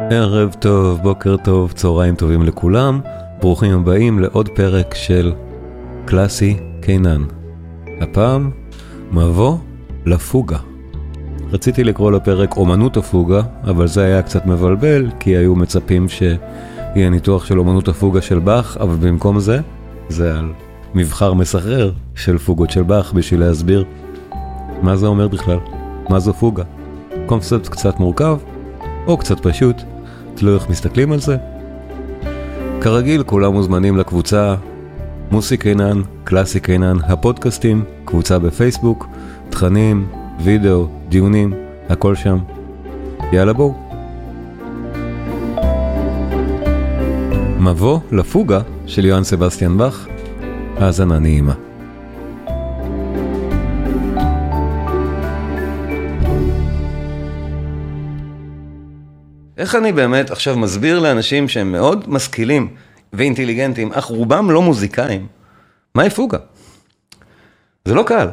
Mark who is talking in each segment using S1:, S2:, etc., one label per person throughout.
S1: ערב טוב, בוקר טוב, צהריים טובים לכולם. ברוכים הבאים לעוד פרק של קלאסי קיינן. הפעם מבוא לפוגה. רציתי לקרוא לפרק אומנות הפוגה, אבל זה היה קצת מבלבל, כי היו מצפים שיהיה ניתוח של אומנות הפוגה של באך, אבל במקום זה, זה על מבחר מסחרר של פוגות של באך, בשביל להסביר מה זה אומר בכלל, מה זו פוגה. קונספט קצת מורכב, או קצת פשוט, תלוי איך מסתכלים על זה. כרגיל, כולם מוזמנים לקבוצה מוסי קיינן, קלאסי קיינן, הפודקאסטים, קבוצה בפייסבוק, תכנים, וידאו, דיונים, הכל שם. יאללה בואו. מבוא לפוגה של יוהאן סבסטיאן באך, האזנה נעימה. איך אני באמת עכשיו מסביר לאנשים שהם מאוד משכילים ואינטליגנטים, אך רובם לא מוזיקאים, מהי פוגה? זה לא קל.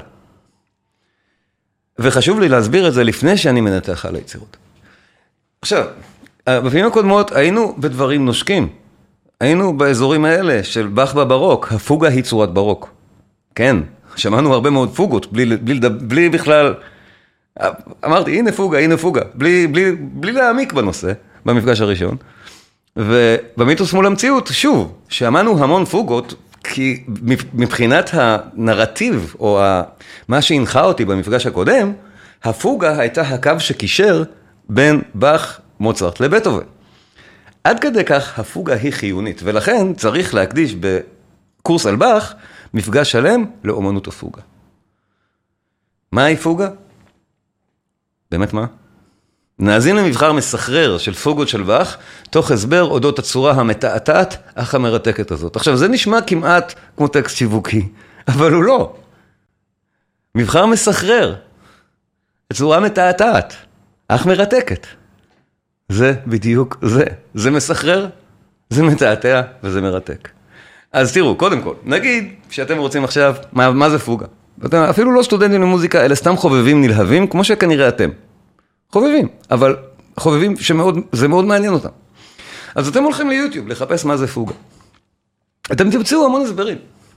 S1: וחשוב לי להסביר את זה לפני שאני מנתח על היצירות. עכשיו, בפעמים הקודמות היינו בדברים נושקים. היינו באזורים האלה של באך בברוק, הפוגה היא צורת ברוק. כן, שמענו הרבה מאוד פוגות, בלי בכלל... אמרתי, הנה פוגה, בלי להעמיק בנושא, במפגש הראשון. ובמיתוס מול המציאות, שוב, שמענו המון פוגות, כי מבחינת הנרטיב, או מה שהנחה אותי במפגש הקודם, הפוגה הייתה הקו שקישר בין באך, מוצרט לבטהובן. עד כדי כך הפוגה היא חיונית, ולכן צריך להקדיש בקורס על באך, מפגש שלם לאומנות הפוגה. מהי פוגה? באמת מה? נאזין למבחר מסחרר של פוגות של באך, תוך הסבר אודות הצורה המתעתעת, אך המרתקת הזאת. עכשיו, זה נשמע כמעט כמו טקסט שיווקי, אבל הוא לא. מבחר מסחרר, הצורה מתעתעת, אך מרתקת. זה בדיוק זה. זה מסחרר, זה מתעתע וזה מרתק. אז תראו, קודם כל, נגיד שאתם רוצים עכשיו, מה זה פוגה? אתם אפילו לא סטודנטים למוזיקה, אלא סתם חובבים נלהבים, כמו שכנראה אתם. חובבים, אבל חובבים שזה מאוד מעניין אותם. אז אתם הולכים ליוטיוב לחפש מה זה פוגה. אתם תמצאו המון הסברים.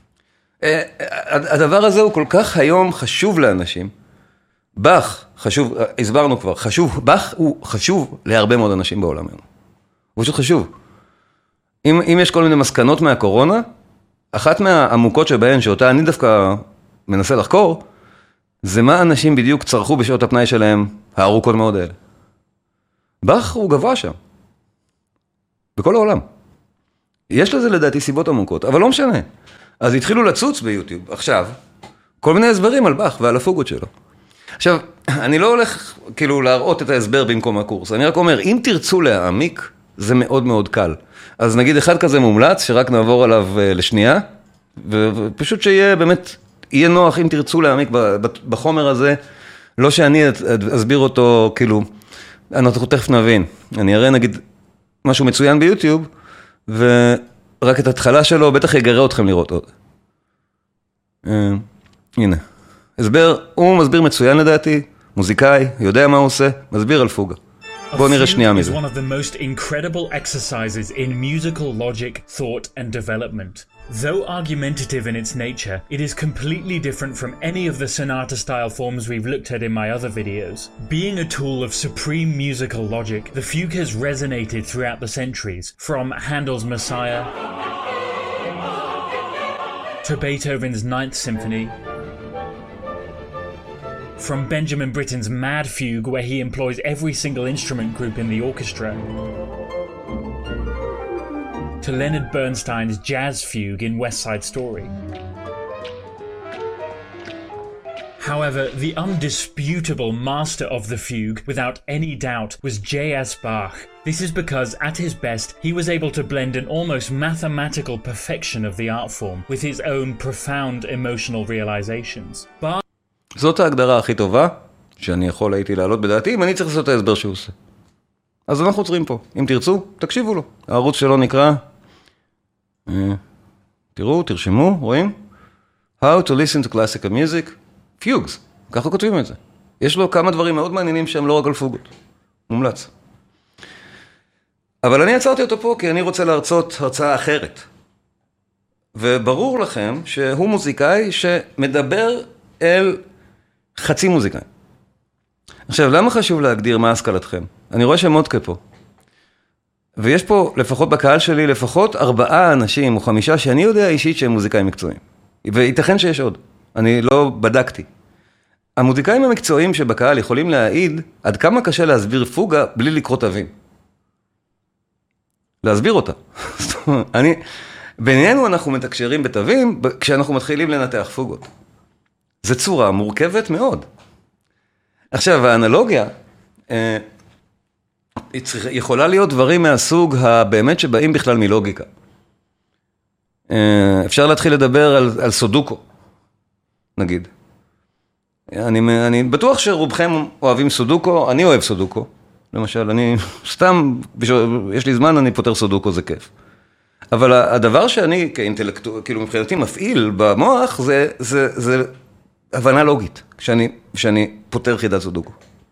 S1: הדבר הזה הוא כל כך היום חשוב לאנשים. באך, חשוב, הסברנו כבר, באך הוא חשוב להרבה מאוד אנשים בעולם היום. הוא פשוט חשוב. אם יש כל מיני מסקנות מהקורונה, אחת מהעמוקות שבהן, שאותה אני דווקא מנסה לחקור, זה מה אנשים בדיוק צרכו בשעות הפנאי שלהם, הארוכות מאוד האלה. באך הוא גבוה שם. בכל העולם. יש לזה לדעתי סיבות עמוקות, אבל לא משנה. אז התחילו לצוץ ביוטיוב, עכשיו, כל מיני הסברים על באך ועל הפוגות שלו. עכשיו, אני לא הולך כאילו להראות את ההסבר במקום הקורס, אני רק אומר, אם תרצו להעמיק, זה מאוד מאוד קל. אז נגיד אחד כזה מומלץ, שרק נעבור עליו לשנייה, ופשוט שיהיה באמת... יהיה נוח אם תרצו להעמיק בחומר הזה, לא שאני אסביר אותו, כאילו, אנחנו תכף נבין. אני אראה נגיד משהו מצוין ביוטיוב, ורק את התחלה שלו, בטח יגרה אתכם לראות עוד. הנה. הוא מסביר מצוין לדעתי, מוזיקאי, יודע מה הוא עושה, מסביר על פוגה. בואו נראה שנייה מזה.
S2: One of the most incredible exercises in musical logic, thought and development. Though argumentative in its nature, it is completely different from any of the sonata-style forms we've looked at in my other videos. Being a tool of supreme musical logic, the fugue has resonated throughout the centuries, from Handel's Messiah to Beethoven's Ninth Symphony, from Benjamin Britten's Mad Fugue, where he employs every single instrument group in the orchestra, to Leonard Bernstein's Jazz Fugue in West Side Story. However, the undisputable master of the fugue, without any doubt, was J.S. Bach. This is because, at his best, he was able to blend an almost mathematical perfection of the art form with his own profound emotional realizations.
S1: זאת ההגדרה הכי טובה שאני יכול הייתי להעלות בדעתי, אם אני צריך לעשות את ההסבר שהוא עושה. אז אנחנו עוצרים פה. אם תרצו, תקשיבו לו. הערוץ שלו נקרא... תראו, תרשמו, רואים? How to listen to classical music, fugues. ככה כותבים את זה. יש לו כמה דברים מאוד מעניינים שהם לא רק על פוגות. מומלץ. אבל אני עצרתי אותו פה כי אני רוצה להרצות הרצאה אחרת. וברור לכם שהוא מוזיקאי שמדבר אל חצי מוזיקאי. עכשיו, למה חשוב להגדיר מה השכלתכם? אני רואה שמודקה פה. ויש פה, לפחות בקהל שלי, לפחות 4 אנשים או 5 שאני יודע אישית שהם מוזיקאים מקצועיים. וייתכן שיש עוד. אני לא בדקתי. המוזיקאים המקצועיים שבקהל יכולים להעיד עד כמה קשה להסביר פוגה בלי לקרוא תווים. להסביר אותה. בינינו אנחנו מתקשרים בתווים כשאנחנו מתחילים לנתח פוגות. זו צורה מורכבת מאוד. עכשיו, האנלוגיה יכולה להיות דברים מהסוג הבאמת שבאים בכלל מלוגיקה. אפשר להתחיל לדבר על סודוקו, נגיד. אני בטוח שרובכם אוהבים סודוקו, אני אוהב סודוקו. למשל, אני סתם, יש לי זמן, אני פותר סודוקו, זה כיף. אבל הדבר שאני כאילו מבחינתי מפעיל במוח, זה הבנה לוגית, כשאני פותר חידת סודוקו.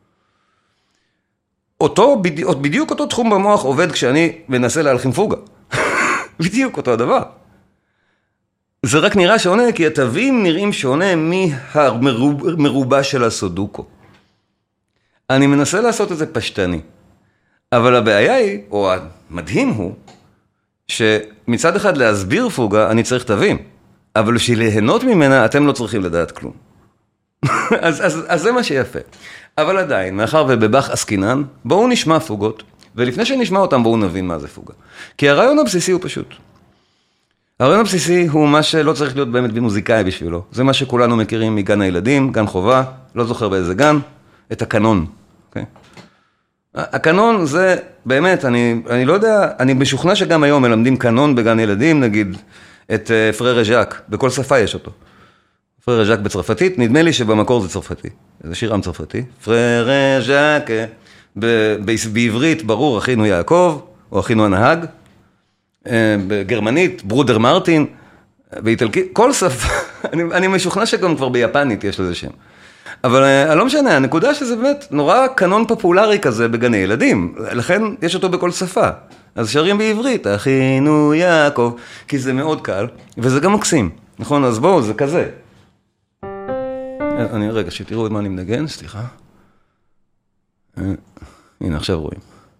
S1: בדיוק אותו תחום במוח עובד כשאני מנסה להלחין פוגה. בדיוק אותו הדבר. זה רק נראה שונה, כי התווים נראים שונה מהמרובע של הסודוקו. אני מנסה לעשות את זה פשטני. אבל הבעיה היא, או המדהים הוא, שמצד אחד להסביר פוגה, אני צריך תווים. אבל בשביל ליהנות ממנה, אתם לא צריכים לדעת כלום. אז זה מה שיפה. אבל עדיין, מאחר ובבח עסקינן, בואו נשמע פוגות, ולפני שנשמע אותם, בואו נבין מה זה פוגה. כי הרעיון הבסיסי הוא פשוט. הרעיון הבסיסי הוא מה שלא צריך להיות באמת במוזיקאי בשבילו. זה מה שכולנו מכירים מגן הילדים, גן חובה, לא זוכר באיזה גן, את הקנון. Okay? הקנון זה באמת, אני לא יודע, אני משוכנע שגם היום מלמדים קנון בגן ילדים, נגיד את פררה ז'אק, בכל שפה יש אותו. פררה ז'אק בצרפתית, נדמה לי שבמקור זה צרפתי, זה שיר עם צרפתי. פררה ז'אק, בעברית ברור, אחינו יעקב, או אחינו הנהג, בגרמנית, ברודר מרטין, באיטלקית, כל שפה, אני משוכנע שגם כבר ביפנית יש לזה שם. אבל לא משנה, הנקודה שזה באמת נורא קנון פופולרי כזה בגני ילדים, לכן יש אותו בכל שפה. אז שרים בעברית, אחינו יעקב, כי זה מאוד קל, וזה גם מקסים, נכון? אז בואו, זה כזה. רגע, שתראו מה אני מנגן, סליחה. הנה, עכשיו רואים.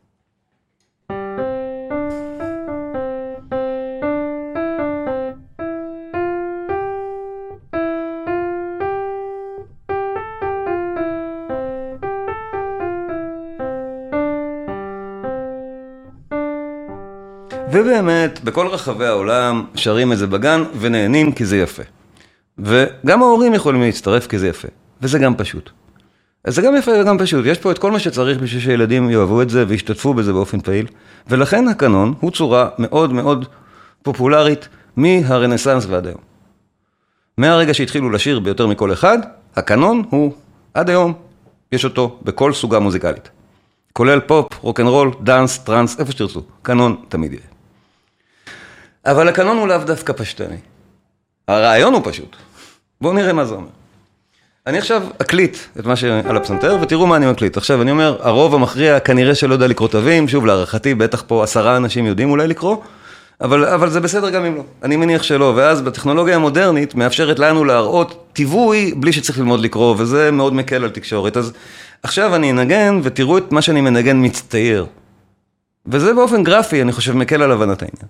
S1: ובאמת, בכל רחבי העולם שרים את זה בגן ונהנים כי זה יפה. וגם ההורים יכולים להצטרף כי זה יפה. וזה גם פשוט. אז זה גם יפה וגם פשוט. יש פה את כל מה שצריך בשביל שילדים יאהבו את זה וישתתפו בזה באופן פעיל. ולכן הקנון הוא צורה מאוד מאוד פופולרית מהרנסנס ועד היום. מהרגע שהתחילו לשיר ביותר מכל אחד, הקנון הוא עד היום, יש אותו בכל סוגה מוזיקלית. כולל פופ, רוק'נ'רול, דאנס, טרנס, איפה שתרצו. קנון תמיד יהיה. אבל הקנון הוא לאו דווקא פשטני. הרעיון הוא פשוט. בואו נראה מה זה אומר. אני עכשיו אקליט את מה שעל הפסנתר, ותראו מה אני מקליט. עכשיו אני אומר, הרוב המכריע כנראה שלא יודע לקרוא תווים, שוב להערכתי, בטח פה 10 אנשים יודעים אולי לקרוא, אבל זה בסדר גם אם לא. אני מניח שלא, ואז בטכנולוגיה המודרנית מאפשרת לנו להראות טיווי בלי שצריך ללמוד לקרוא, וזה מאוד מקל על תקשורת. אז עכשיו אני אנגן, ותראו את מה שאני מנגן מצטייר. וזה באופן גרפי, אני חושב, מקל על הבנת העניין.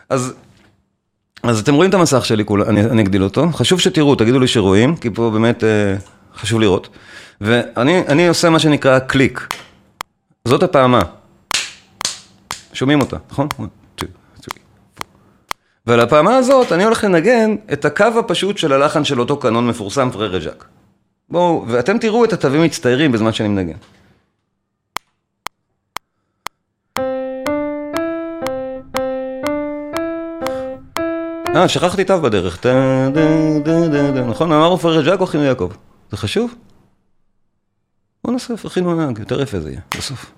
S1: אז אתם רואים את המסך שלי, אני אגדיל אותו. חשוב שתראו, תגידו לי שרואים, כי פה באמת חשוב לראות. ואני עושה מה שנקרא קליק. זאת הפעמה. שומעים אותה, נכון? 1, 2, 3, 4. ועל הפעמה הזאת אני הולך לנגן את הקו הפשוט של הלחן של אותו קנון מפורסם, פררה ז'אק. בואו, ואתם תראו את התווים מצטיירים בזמן שאני מנגן. שכחתי תו בדרך. נכון, אמרו פררה ז'אק או אחינו יעקב? זה חשוב? בוא נוסף, אחינו נהג, יותר יפה זה יהיה, בסוף.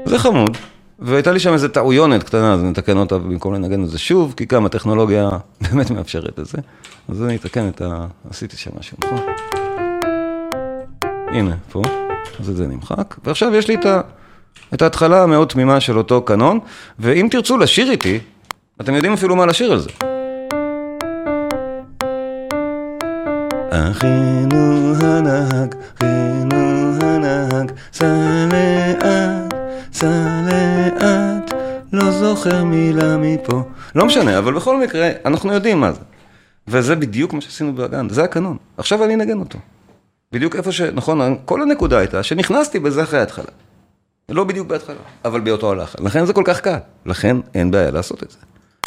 S1: זה חמוד, והייתה לי שם איזו טעויונת קטנה, אז נתקן אותה במקום לנגן את זה שוב, כי גם הטכנולוגיה באמת מאפשרת את זה. אז אני אתקן עשיתי שם משהו, נכון? הנה, פה, אז את זה נמחק, ועכשיו יש לי את ההתחלה המאוד תמימה של אותו קנון, ואם תרצו לשיר איתי, אתם יודעים אפילו מה לשיר על זה. אחינו הנהג, אחינו הנהג, סע לאט, לא זוכר מילה מפה. לא משנה, אבל בכל מקרה, אנחנו יודעים מה זה. וזה בדיוק מה שעשינו באגן, זה הקנון. עכשיו אני נגן אותו. בדיוק איפה נכון, כל הנקודה הייתה שנכנסתי בזה אחרי ההתחלה. לא בדיוק בהתחלה, אבל באותו הלחן. לכן זה כל כך קל, לכן אין בעיה לעשות את זה.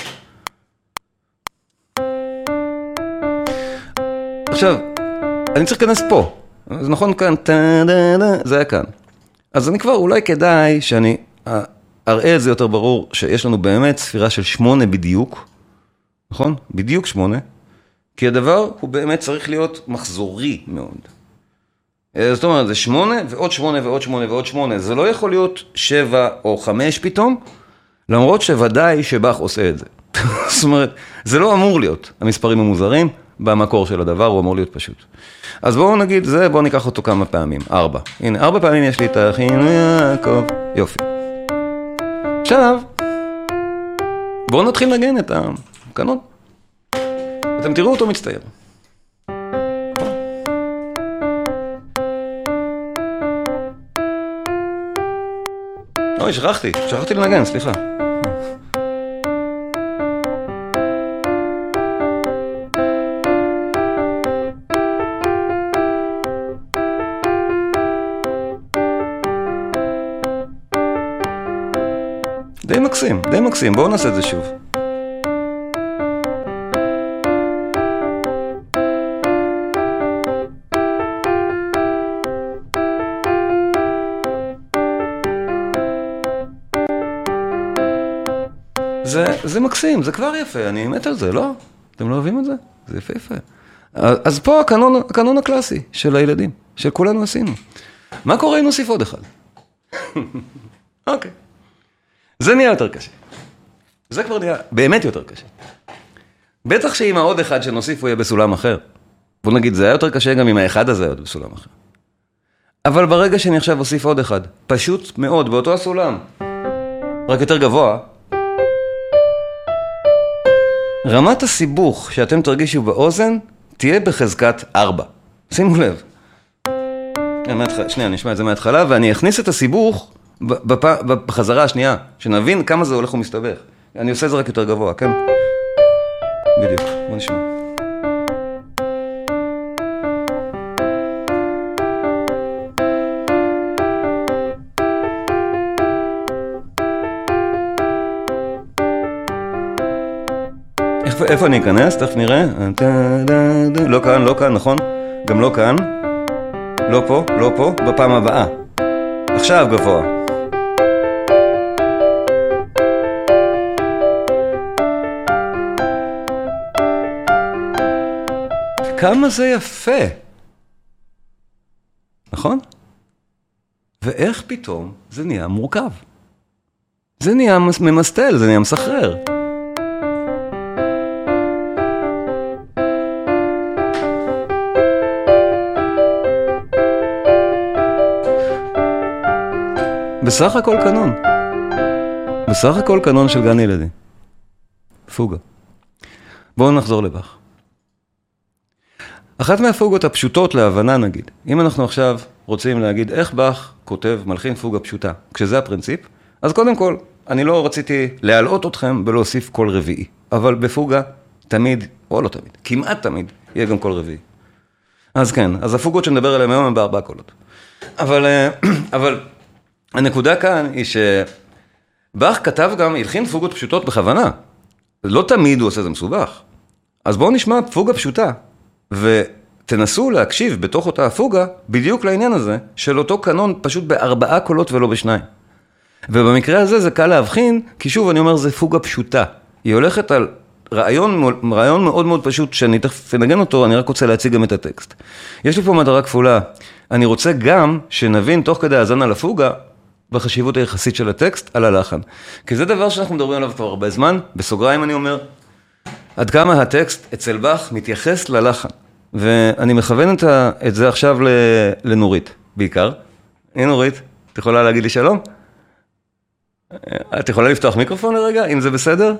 S1: עכשיו, אני צריך להיכנס פה. אז נכון כאן, זה היה כאן. אז אני כבר אולי כדאי שאני אראה את זה יותר ברור, שיש לנו באמת ספירה של 8 בדיוק, נכון? בדיוק 8, כי הדבר הוא באמת צריך להיות מחזורי מאוד. זאת אומרת, זה 8 ועוד 8 ועוד 8 ועוד 8, זה לא יכול להיות 7 או 5 פתאום, למרות שוודאי שבח עושה את זה. זאת אומרת, זה לא אמור להיות, המספרים המוזרים, במקור של הדבר הוא אמור להיות פשוט. אז בואו נגיד זה, בואו ניקח אותו כמה פעמים, 4. הנה, 4 פעמים יש לי את אחינו יעקב, יופי. עכשיו, בואו נתחיל לנגן את הקנון. אתם תראו אותו מצטייר. אוי, שכחתי לנגן, סליחה. די מקסים, בואו נעשה את זה שוב. זה מקסים, זה כבר יפה, אני מת על זה, לא? אתם לא אוהבים את זה? זה יפה. אז פה הקנון הקלאסי של הילדים, של כולנו עשינו. מה קורה אם נוסיף עוד אחד? אוקיי. זה נהיה יותר קשה. זה כבר נהיה באמת יותר קשה. בטח שאם העוד אחד שנוסיף הוא יהיה בסולם אחר. בוא נגיד, זה היה יותר קשה גם אם האחד הזה היה בסולם אחר. אבל ברגע שאני עכשיו אוסיף עוד אחד, פשוט מאוד, באותו הסולם, רק יותר גבוה, רמת הסיבוך שאתם תרגישו באוזן, תהיה בחזקת 4. שימו לב. שנייה, נשמע את זה מההתחלה, ואני אכניס את הסיבוך בחזרה השנייה, שנבין כמה זה הולך ומסתבך. אני עושה את זה רק יותר גבוה, כן? בדיוק, בוא נשמע. איפה אני אכנס? תכף נראה. לא כאן, נכון? גם לא כאן. לא פה, בפעם הבאה. עכשיו גבוה. כמה זה יפה. נכון? ואיך פתאום זה נהיה מורכב. זה נהיה ממסטל, זה נהיה מסחרר. בסך הכל קנון של גן ילדים. פוגה. בואו נחזור לבח. אחת מהפוגות הפשוטות להבנה נגיד, אם אנחנו עכשיו רוצים להגיד איך בח כותב מלחין פוגה פשוטה, כשזה הפרינציפ, אז קודם כל, אני לא רציתי להעלות אתכם ולהוסיף קול רביעי, אבל בפוגה תמיד, או לא תמיד, כמעט תמיד, יהיה גם קול רביעי. אז כן, אז הפוגות שנדבר עליהן היום הן ב4 קולות. אבל הנקודה כאן היא שבח כתב גם, הלחין פוגות פשוטות בכוונה. לא תמיד הוא עושה זה מסובך. אז בואו נשמע פוגה פשוטה, ותנסו להקשיב בתוך אותה הפוגה, בדיוק לעניין הזה, של אותו קנון פשוט ב4 קולות ולא ב2. ובמקרה הזה זה קל להבחין, כי שוב אני אומר זה פוגה פשוטה. היא הולכת על רעיון מאוד מאוד פשוט, שאני תכף נגן אותו, אני רק רוצה להציג גם את הטקסט. יש לי פה מטרה כפולה. אני רוצה גם שנבין תוך כדי האזנה לפוגה, בחשיבות היחסית של הטקסט על הלחן. כי זה דבר שאנחנו מדברים עליו כבר הרבה זמן, בסוגריים אני אומר, עד כמה הטקסט אצל באך מתייחס ללחן. ואני מכוון את זה עכשיו לנורית, בעיקר. הנה נורית, את יכולה להגיד לי שלום? את יכולה לפתוח מיקרופון לרגע, אם זה בסדר?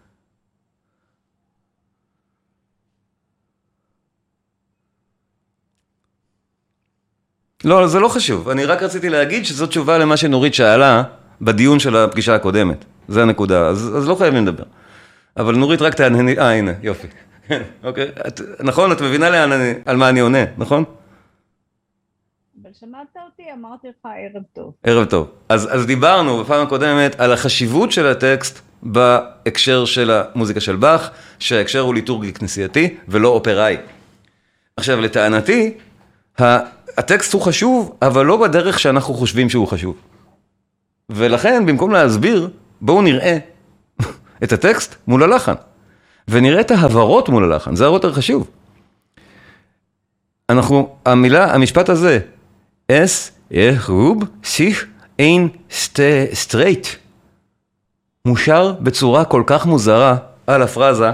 S1: לא, זה לא חשוב. אני רק רציתי להגיד שזאת תשובה למה שנורית שאלה בדיון של הפגישה הקודמת. זה הנקודה, אז לא חייבים לדבר. אבל נורית רק תענה, הנה, יופי. אוקיי, נכון, את מבינה על מה אני עונה, נכון?
S3: אבל שמעת אותי, אמרתי לך ערב טוב.
S1: ערב טוב. אז דיברנו בפעם הקודמת על החשיבות של הטקסט בהקשר של המוזיקה של באך, שההקשר הוא ליטורגי כנסייתי ולא אופראי. עכשיו, לטענתי, הטקסט הוא חשוב, אבל לא בדרך שאנחנו חושבים שהוא חשוב. ולכן, במקום להסביר, בואו נראה את הטקסט מול הלחן. ונראה את ההברות מול הלחן, זה הרבה יותר חשוב. המשפט הזה, רוב sich ein straight, מושר בצורה כל כך מוזרה על הפרזה.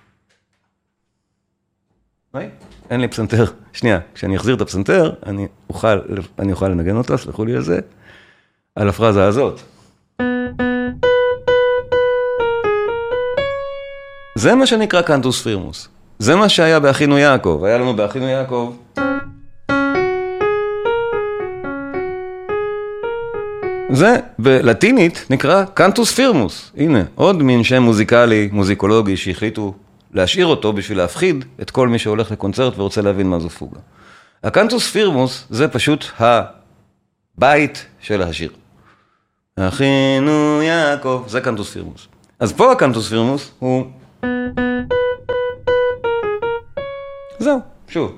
S1: אין לי פסנתר. שנייה, כשאני אחזיר את הפסנתר, אני אוכל לנגן אותה, סלחו לי על זה, על הפרזה הזאת. זה מה שנקרא קנטוס פירמוס. זה מה שהיה באחינו יעקב. היה לנו באחינו יעקב. זה בלטינית נקרא קנטוס פירמוס. הנה, עוד מין שם מוזיקלי, מוזיקולוגי, שהחליטו להשאיר אותו בשביל להפחיד את כל מי שהולך לקונצרט ורוצה להבין מה זו פוגה. הקנטוס פירמוס זה פשוט הבית של השיר. אחינו יעקב, זה קנטוס פירמוס. אז פה הקנטוס פירמוס הוא... זהו, שוב.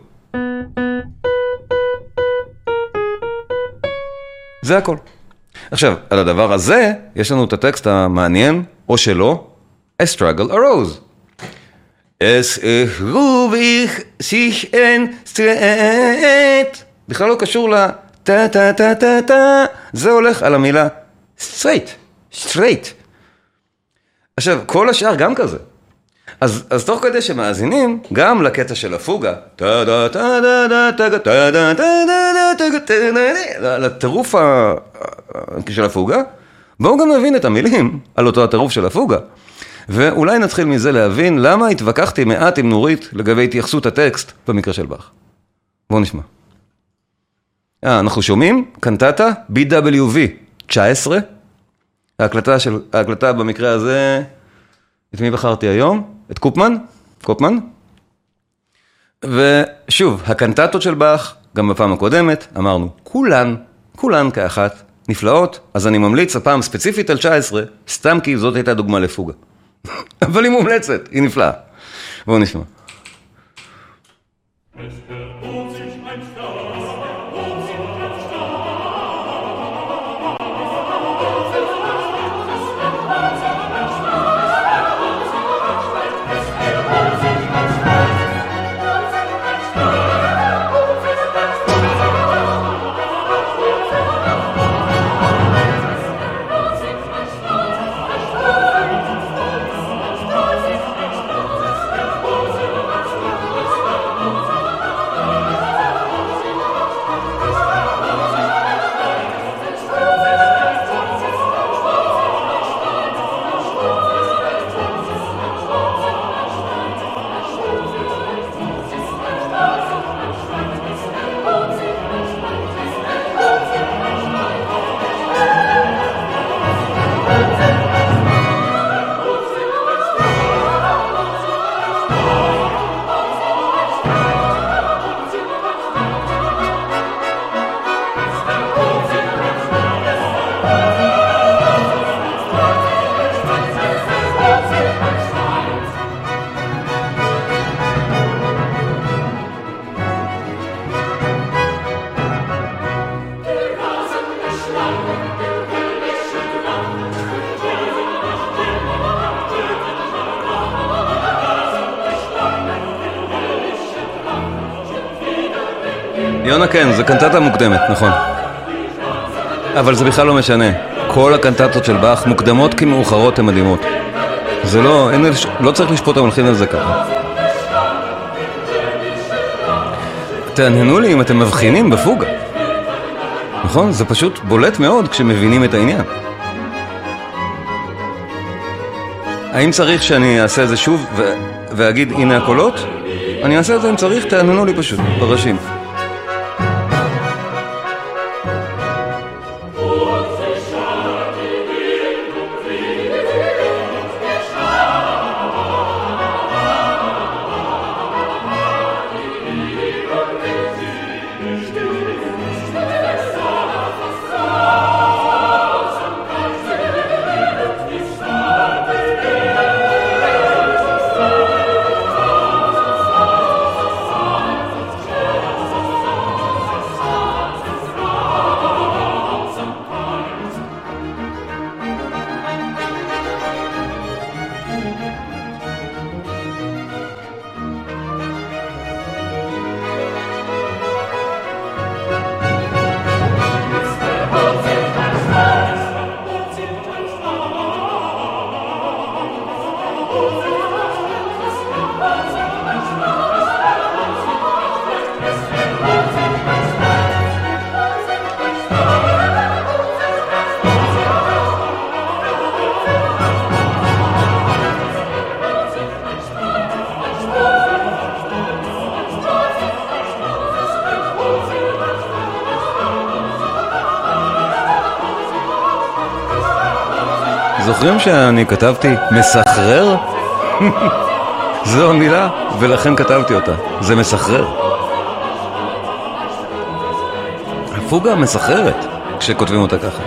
S1: זה הכל. עכשיו, על הדבר הזה, יש לנו את הטקסט המעניין, או שלא, A struggle arose. Es ruf ich sich ein straight. בכלל לא קשור טה טה טה טה טה. זה הולך על המילה straight. עכשיו, כל השאר גם כזה. אז תוך כדי שמאזינים, גם לקטע של הפוגה, לטירוף של הפוגה, בואו גם נבין את המילים על אותו הטירוף של הפוגה. ואולי נתחיל מזה להבין למה התווכחתי מעט עם נורית לגבי התייחסות הטקסט במקרה של באך. בואו נשמע. אנחנו שומעים קנטטה BWV 19. ההקלטה במקרה הזה, את מי בחרתי היום? את קופמן. ושוב, הקנטטות של באך, גם בפעם הקודמת, אמרנו, כולן כאחת נפלאות, אז אני ממליץ הפעם ספציפית על 19, סתם כי זאת הייתה דוגמה לפוגה. אבל היא מומלצת, היא נפלאה. בואו נשמע. יונה, כן, זה קנטטה מוקדמת, נכון. אבל זה בכלל לא משנה. כל הקנטטות של באך, מוקדמות כמאוחרות, הן מדהימות. זה לא צריך לשפוט המלחין על זה ככה. תעניינו לי אם אתם מבחינים בפוגה. נכון? זה פשוט בולט מאוד כשמבינים את העניין. האם צריך שאני אעשה את זה שוב ואגיד הנה הקולות? אני אעשה את זה אם צריך, תעניינו לי פשוט, בראשים. זוכרים שאני כתבתי מסחרר? זו המילה, ולכן כתבתי אותה. זה מסחרר. הפוגה מסחררת כשכותבים אותה ככה.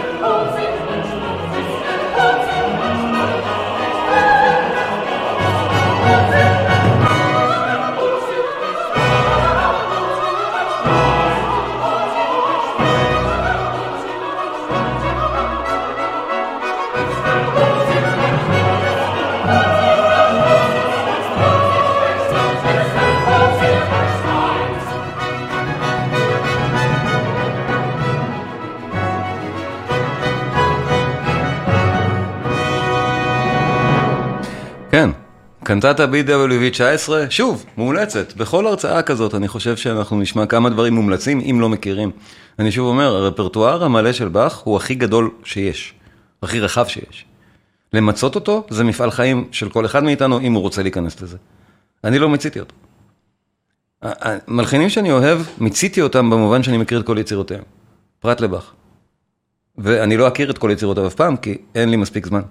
S1: כן, קנטטה BWV 19, שוב, מומלצת. בכל הרצאה כזאת אני חושב שאנחנו נשמע כמה דברים מומלצים, אם לא מכירים. אני שוב אומר, הרפרטואר המלא של באך הוא הכי גדול שיש, הכי רחב שיש. למצות אותו זה מפעל חיים של כל אחד מאיתנו, אם הוא רוצה להיכנס לזה. אני לא מציתי אותו. המלחינים שאני אוהב, מציתי אותם במובן שאני מכיר את כל יצירותיהם. פרט לבאך. ואני לא אכיר את כל יצירותיו אף פעם, כי אין לי מספיק זמן.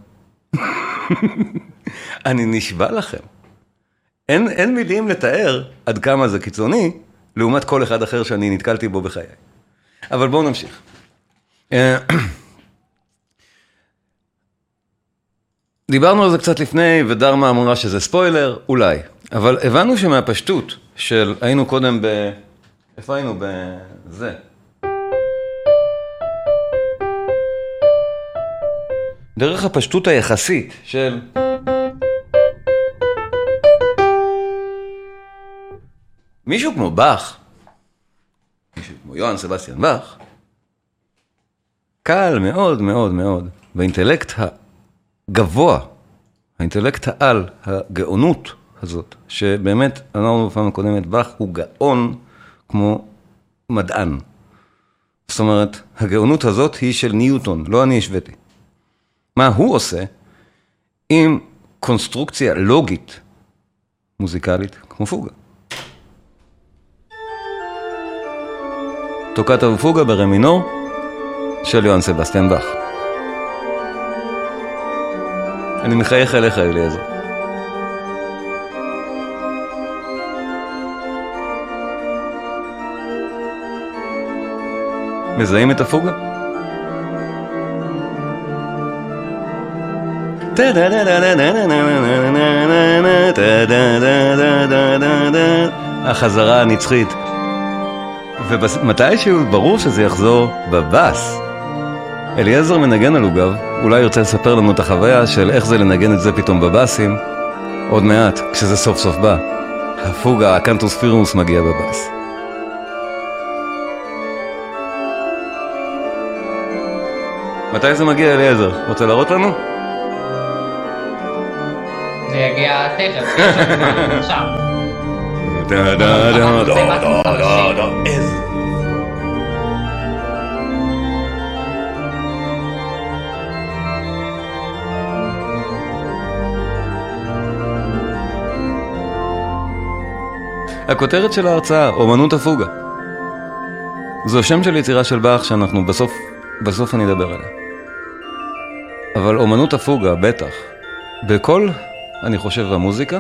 S1: אני נשבע לכם. אין מילים לתאר עד כמה זה קיצוני, לעומת כל אחד אחר שאני נתקלתי בו בחיי. אבל בואו נמשיך. דיברנו על זה קצת לפני, ודרמה אמרה שזה ספוילר, אולי. אבל הבנו שמהפשטות של, היינו קודם איפה היינו? בזה. דרך הפשטות היחסית של מישהו כמו באך, מישהו כמו יוהאן סבסטיאן באך, קל מאוד מאוד מאוד, באינטלקט הגבוה, האינטלקט העל, הגאונות הזאת, שבאמת אמרנו בפעם הקודמת, באך הוא גאון כמו מדען. זאת אומרת, הגאונות הזאת היא של ניוטון, לא אני השוויתי. מה הוא עושה עם קונסטרוקציה לוגית מוזיקלית כמו פוגה. טוקטה ופוגה ברה מינור של יוהאן סבסטיאן באך. אני מחייך אליך, אליעזר. מזהים את הפוגה? החזרה הנצחית. ומתישהו ברור שזה יחזור בבאס. אליעזר מנגן על עוגב, אולי ירצה לספר לנו את החוויה של איך זה לנגן את זה פתאום בבאסים, עוד מעט, כשזה סוף סוף בא. הפוגה, הקנטוס פירמוס מגיע בבאס. מתי זה מגיע, אליעזר? רוצה להראות לנו?
S4: זה יגיע תכף, יש לך זמן, עכשיו.
S1: דה דה דה דה דה דה איזה הכותרת של ההרצאה, אומנות הפוגה. זו שם של יצירה של באך שאנחנו בסוף אני אדבר עליה. אבל אומנות הפוגה, בטח. בכל, אני חושב, המוזיקה,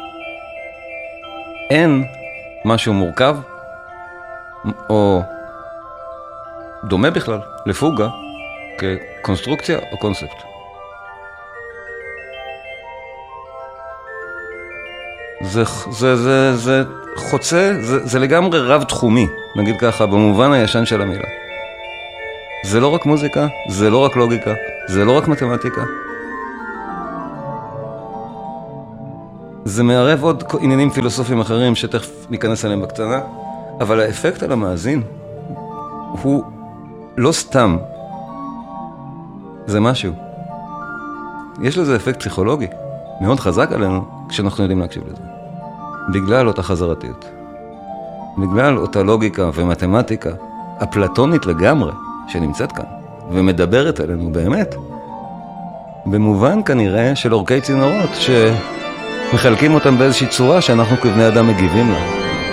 S1: אין משהו מורכב, או דומה בכלל, לפוגה, כקונסטרוקציה או קונספט. זה חוצה, זה לגמרי רב תחומי, נגיד ככה, במובן הישן של המילה. זה לא רק מוזיקה, זה לא רק לוגיקה, זה לא רק מתמטיקה. זה מערב עוד עניינים פילוסופיים אחרים שתכף ניכנס עליהם בקטנה, אבל האפקט על המאזין הוא לא סתם. זה משהו. יש לזה אפקט פסיכולוגי מאוד חזק עלינו כשאנחנו יודעים להקשיב לזה. בגלל אותה חזרתיות. בגלל אותה לוגיקה ומתמטיקה אפלטונית לגמרי שנמצאת כאן ומדברת עלינו באמת. במובן כנראה של אורכי צינורות שמחלקים אותם באיזושהי צורה שאנחנו כבני אדם מגיבים לה.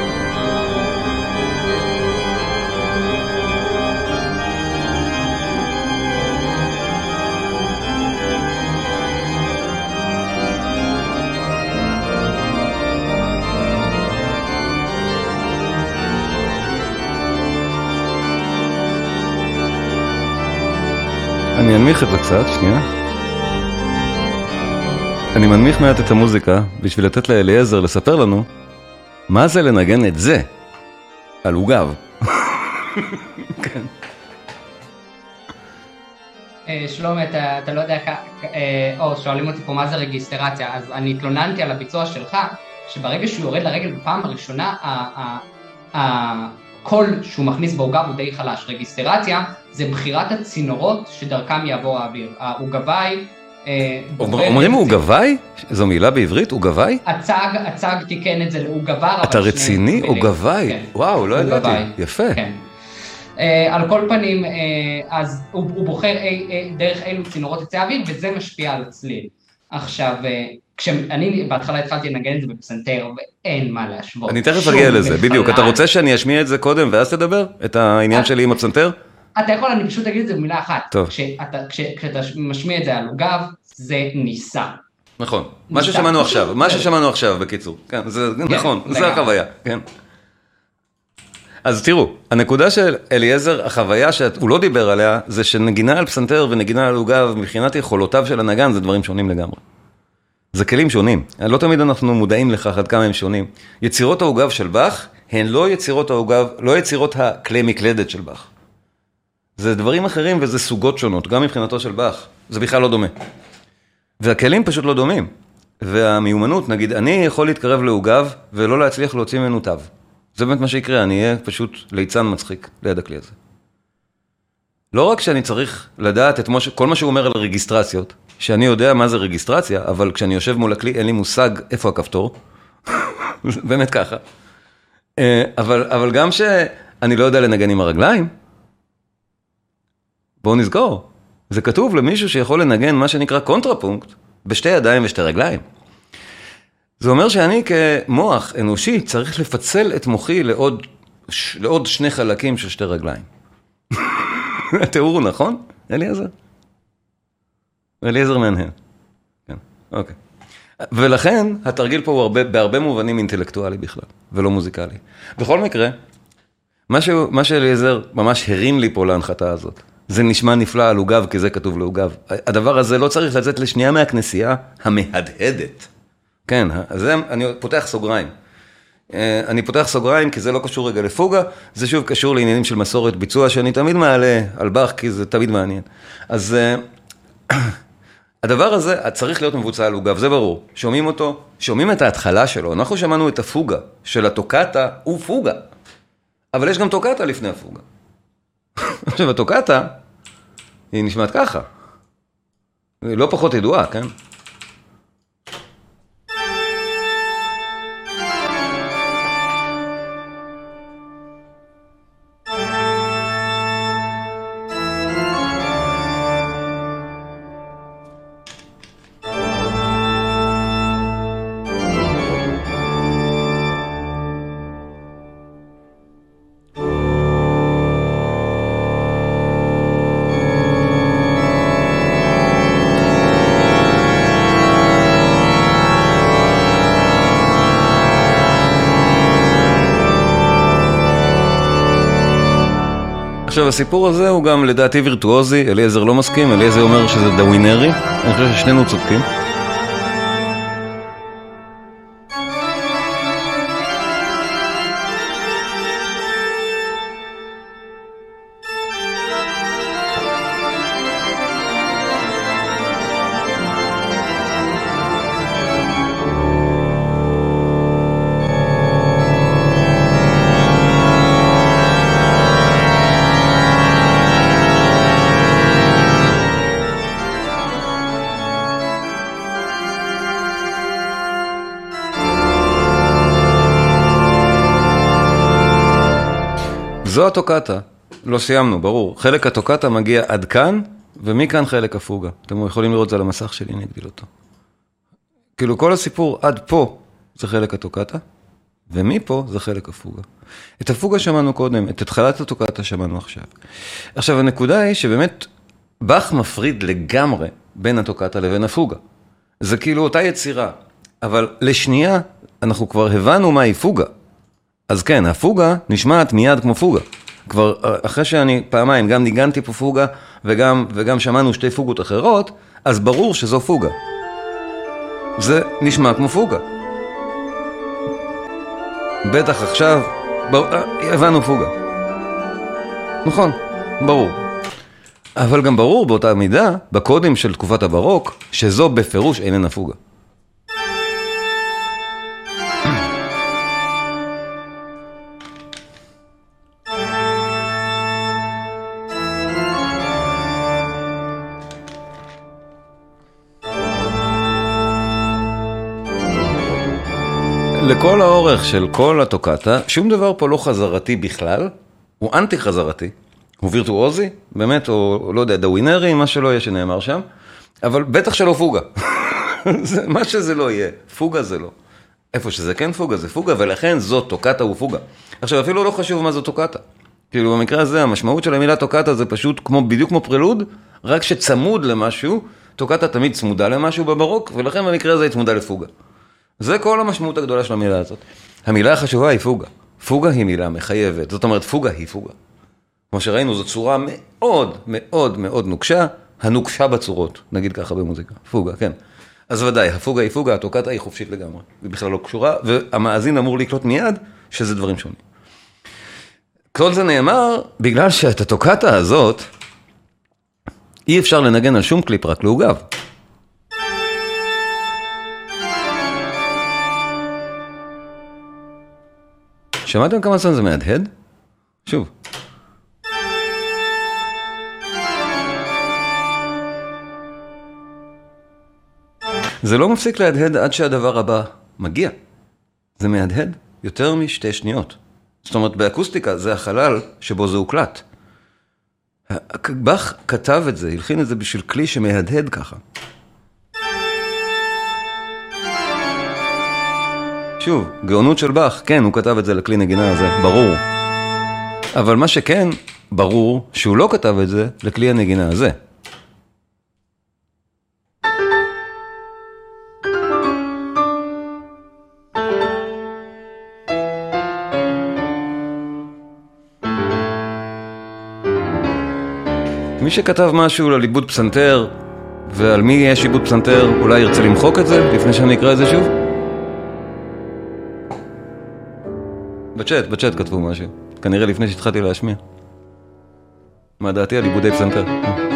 S1: אני אנמיך את זה קצת, שנייה. אני מנמיך מעט את המוזיקה בשביל לתת לאליעזר לספר לנו מה זה לנגן את זה על עוגב. כן.
S4: שלום, אתה לא יודע, שואלים אותי פה מה זה רגיסטרציה, אז אני התלוננתי על הביצוע שלך, שברגע שהוא יורד לרגל בפעם הראשונה, הקול שהוא מכניס בעוגב הוא די חלש. רגיסטרציה זה בחירת הצינורות שדרכם יעבור האוויר. העוגבי...
S1: אומרים עוגבי? זו מילה בעברית? עוגבי?
S4: הצג תיקן את זה לעוגבר.
S1: אתה רציני? עוגבי? וואו, לא ידעתי. יפה.
S4: על כל פנים, אז הוא בוחר דרך אילו צינורות יצא האוויר, וזה משפיע על הצליל. עכשיו, כשאני בהתחלה התחלתי לנגן את זה בפסנתר, ואין מה להשוות.
S1: אני תכף אגיע לזה, בדיוק. אתה רוצה שאני אשמיע את זה קודם ואז תדבר? את העניין שלי עם הפסנתר?
S4: אתה יכול, אני פשוט אגיד את זה במילה אחת.
S1: טוב.
S4: כשאתה משמיע את זה על עוגב, זה ניסה.
S1: נכון. מה ששמענו עכשיו, בקיצור. כן, זה נכון, זה החוויה. כן. אז תראו, הנקודה של אליעזר, החוויה שהוא לא דיבר עליה, זה שנגינה על פסנתר ונגינה על עוגב, מבחינת יכולותיו של הנגן, זה דברים שונים לגמרי. זה כלים שונים. לא תמיד אנחנו מודעים לכך עד כמה הם שונים. יצירות העוגב של באך, הן לא יצירות העוגב, לא יצירות הכלי מקלדת של באך. זה דברים אחרים וזה סוגות שונות, גם מבחינתו של באך. זה בכלל לא דומה. והכלים פשוט לא דומים. והמיומנות, נגיד, אני יכול להתקרב לעוגב ולא להצליח להוציא ממנו תו. זה באמת מה שיקרה, אני אהיה פשוט ליצן מצחיק ליד הכלי הזה. לא רק שאני צריך לדעת את כל מה שהוא אומר על רגיסטרציות, שאני יודע מה זה רגיסטרציה, אבל כשאני יושב מול הכלי אין לי מושג איפה הכפתור. באמת ככה. אבל גם שאני לא יודע לנגן עם הרגליים, בואו נזכור, זה כתוב למישהו שיכול לנגן מה שנקרא קונטרפונקט, בשתי ידיים ושתי רגליים. זה אומר שאני כמוח אנושי צריך לפצל את מוחי לעוד שני חלקים של שתי רגליים. התיאור הוא נכון, אליעזר? אליעזר מהנהן. כן, אוקיי. ולכן התרגיל פה הוא בהרבה מובנים אינטלקטואלי בכלל, ולא מוזיקלי. בכל מקרה, מה שאליעזר ממש הרים לי פה להנחתה הזאת, זה נשמע נפלא על עוגב, כי זה כתוב לעוגב. הדבר הזה לא צריך לצאת לשנייה מהכנסייה המהדהדת. כן, אז אני פותח סוגריים. אני פותח סוגריים כי זה לא קשור רגע לפוגה, זה שוב קשור לעניינים של מסורת ביצוע שאני תמיד מעלה על באך כי זה תמיד מעניין. אז הדבר הזה צריך להיות מבוצע על עוגב, זה ברור. שומעים אותו, שומעים את ההתחלה שלו, אנחנו שמענו את הפוגה של הטוקטה ופוגה, אבל יש גם טוקטה לפני הפוגה. עכשיו הטוקטה היא נשמעת ככה. היא לא פחות ידועה, כן? עכשיו, הסיפור הזה הוא גם לדעתי וירטואוזי, אליעזר לא מסכים, אליעזר אומר שזה דווינרי, אני חושב ששנינו צודקים. זו הטוקטה, לא סיימנו, ברור. חלק הטוקטה מגיע עד כאן, ומכאן חלק הפוגה. אתם יכולים לראות את זה על המסך שלי, אני אגדיל אותו. כאילו כל הסיפור עד פה זה חלק הטוקטה, ומפה זה חלק הפוגה. את הפוגה שמענו קודם, את התחלת הטוקטה שמענו עכשיו. עכשיו, הנקודה היא שבאמת באך מפריד לגמרי בין הטוקטה לבין הפוגה. זה כאילו אותה יצירה, אבל לשנייה אנחנו כבר הבנו מהי פוגה. אז כן, הפוגה נשמעת מיד כמו פוגה. כבר אחרי שאני פעמיים גם ניגנתי פה פוגה, וגם שמענו שתי פוגות אחרות, אז ברור שזו פוגה. זה נשמע כמו פוגה. בטח עכשיו, הבנו פוגה. נכון, ברור. אבל גם ברור באותה מידה, בקודים של תקופת הברוק, שזו בפירוש איננה פוגה. לכל האורך של כל הטוקטה, שום דבר פה לא חזרתי בכלל, הוא אנטי חזרתי, הוא וירטואוזי, באמת, או לא יודע, דווינרי, מה שלא יהיה שנאמר שם, אבל בטח שלא פוגה. מה שזה לא יהיה, פוגה זה לא. איפה שזה כן פוגה, זה פוגה, ולכן זו טוקטה ופוגה. עכשיו, אפילו לא חשוב מה זו טוקטה. כאילו, במקרה הזה, המשמעות של המילה טוקטה זה פשוט בדיוק כמו פרלוד, רק שצמוד למשהו, טוקטה תמיד צמודה למשהו בברוק, ולכן במקרה הזה היא צמודה לפוגה. זה כל המשמעות הגדולה של המילה הזאת. המילה החשובה היא פוגה. פוגה היא מילה מחייבת. זאת אומרת, פוגה היא פוגה. כמו שראינו, זו צורה מאוד מאוד מאוד נוקשה, הנוקשה בצורות, נגיד ככה במוזיקה. פוגה, כן. אז ודאי, הפוגה היא פוגה, הטוקטה היא חופשית לגמרי. היא בכלל לא קשורה, והמאזין אמור לקלוט מיד שזה דברים שונים. כל זה נאמר בגלל שאת הטוקטה הזאת אי אפשר לנגן על שום קליפ, רק לעוגב. שמעתם כמה זמן זה מהדהד? שוב. זה לא מפסיק להדהד עד שהדבר הבא מגיע. זה מהדהד יותר משתי שניות. זאת אומרת, באקוסטיקה זה החלל שבו זה הוקלט. באך כתב את זה, הלחין את זה בשביל כלי שמהדהד ככה. שוב, גאונות של באך, כן, הוא כתב את זה לכלי נגינה הזה, ברור. אבל מה שכן, ברור שהוא לא כתב את זה לכלי הנגינה הזה. מי שכתב משהו על עיבוד פסנתר, ועל מי יש עיבוד פסנתר, אולי ירצה למחוק את זה, לפני שאני אקרא את זה שוב? בצ'אט כתבו משהו. כנראה לפני שהתחלתי להשמיע. מה דעתי על עיבודי פסנתר?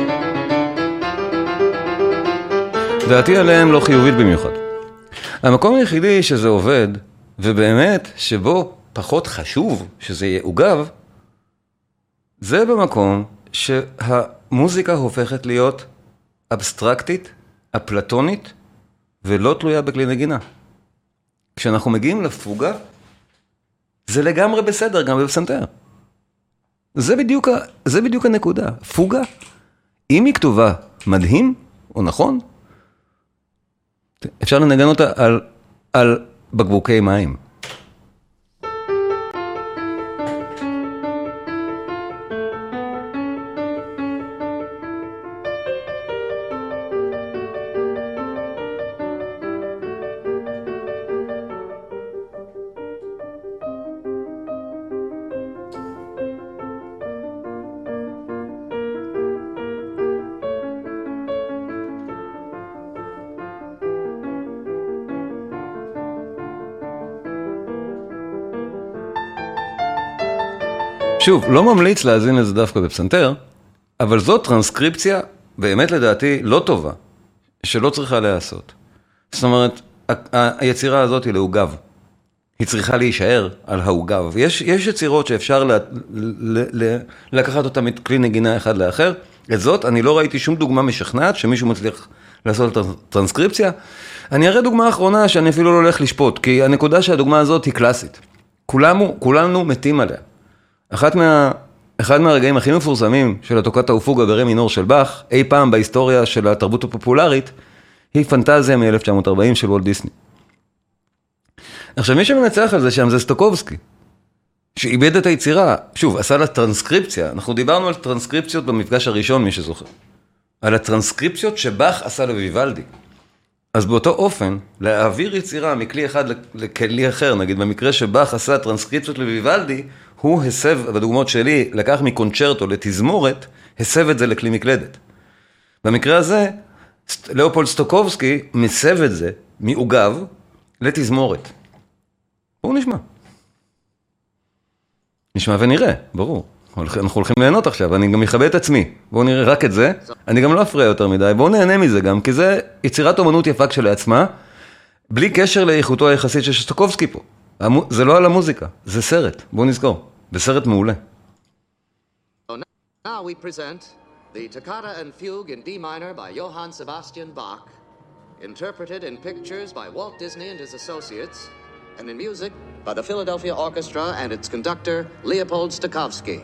S1: דעתי עליהם לא חיובית במיוחד. המקום היחידי שזה עובד, ובאמת שבו פחות חשוב שזה יהיה עוגב, זה במקום המוזיקה הופכת להיות אבסטרקטית, אפלטונית, ולא תלויה בכלי נגינה. כשאנחנו מגיעים לפוגה, זה לגמרי בסדר, גם בפסנתר. זה בדיוק הנקודה. פוגה, אם היא כתובה מדהים או נכון, אפשר לנגן אותה על בקבוקי מים. שוב, לא ממליץ להאזין לזה דווקא בפסנתר, אבל זאת טרנסקריפציה, באמת לדעתי, לא טובה, שלא צריכה להיעשות. זאת אומרת, היצירה הזאת היא לעוגב. היא צריכה להישאר על העוגב. יש יצירות שאפשר לקחת אותה מכלי נגינה אחד לאחר. את זאת, אני לא ראיתי שום דוגמה משכנעת שמישהו מצליח לעשות את הטרנסקריפציה. אני אראה דוגמה אחרונה שאני אפילו לא הולך לשפוט, כי הנקודה שהדוגמה הזאת היא קלאסית. כולנו מתים עליה. אחד מהרגעים הכי מפורסמים של התוקטה ופוגה ברה מינור של באך, אי פעם בהיסטוריה של התרבות הפופולרית, היא פנטזיה מ-1940 של וולט דיסני. עכשיו, מי שמנצח על זה שם זה סטוקובסקי, שאיבד את היצירה, שוב, עשה לה טרנסקריפציה, אנחנו דיברנו על טרנסקריפציות במפגש הראשון, מי שזוכר, על הטרנסקריפציות שבאך עשה לויוולדי. אז באותו אופן, להעביר יצירה מכלי אחד לכלי אחר, נגיד במקרה שבאך עשה טרנסקריפציות לויוולדי, הוא הסב, בדוגמאות שלי, לקח מקונצ'רטו לתזמורת, הסב את זה לכלי מקלדת. במקרה הזה, לאופולד סטוקובסקי מסב את זה מעוגב לתזמורת. בואו נשמע ונראה, ברור. אנחנו הולכים ליהנות עכשיו, אני גם מכבה את עצמי. בואו נראה רק את זה. אני גם לא אפריע יותר מדי, בואו נהנה מזה גם, כי זה יצירת אומנות יפה כשלעצמה, בלי קשר לאיכותו היחסית של סטוקובסקי פה. זה לא על המוזיקה, זה סרט, בואו נזכור. בסרט מעולה.
S5: Now we present the Toccata and Fugue in D minor by Johann Sebastian Bach, interpreted in pictures by Walt Disney and his associates, and in music by the Philadelphia Orchestra and its conductor, Leopold Stokowski.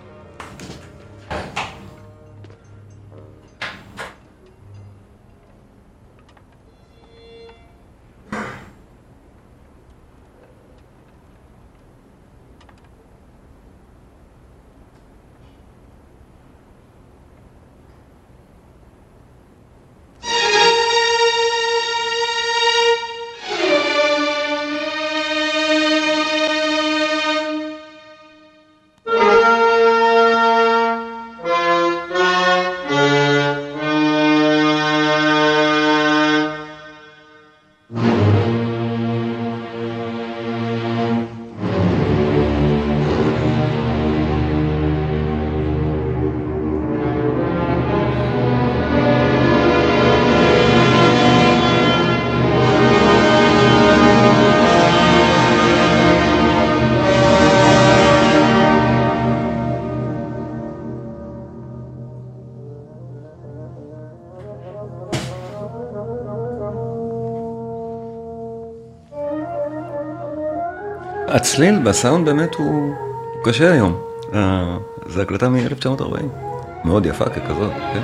S1: הצליל בסאונד באמת הוא קשה היום. זה הקלטה מ-1940. מאוד יפה ככזאת, כן?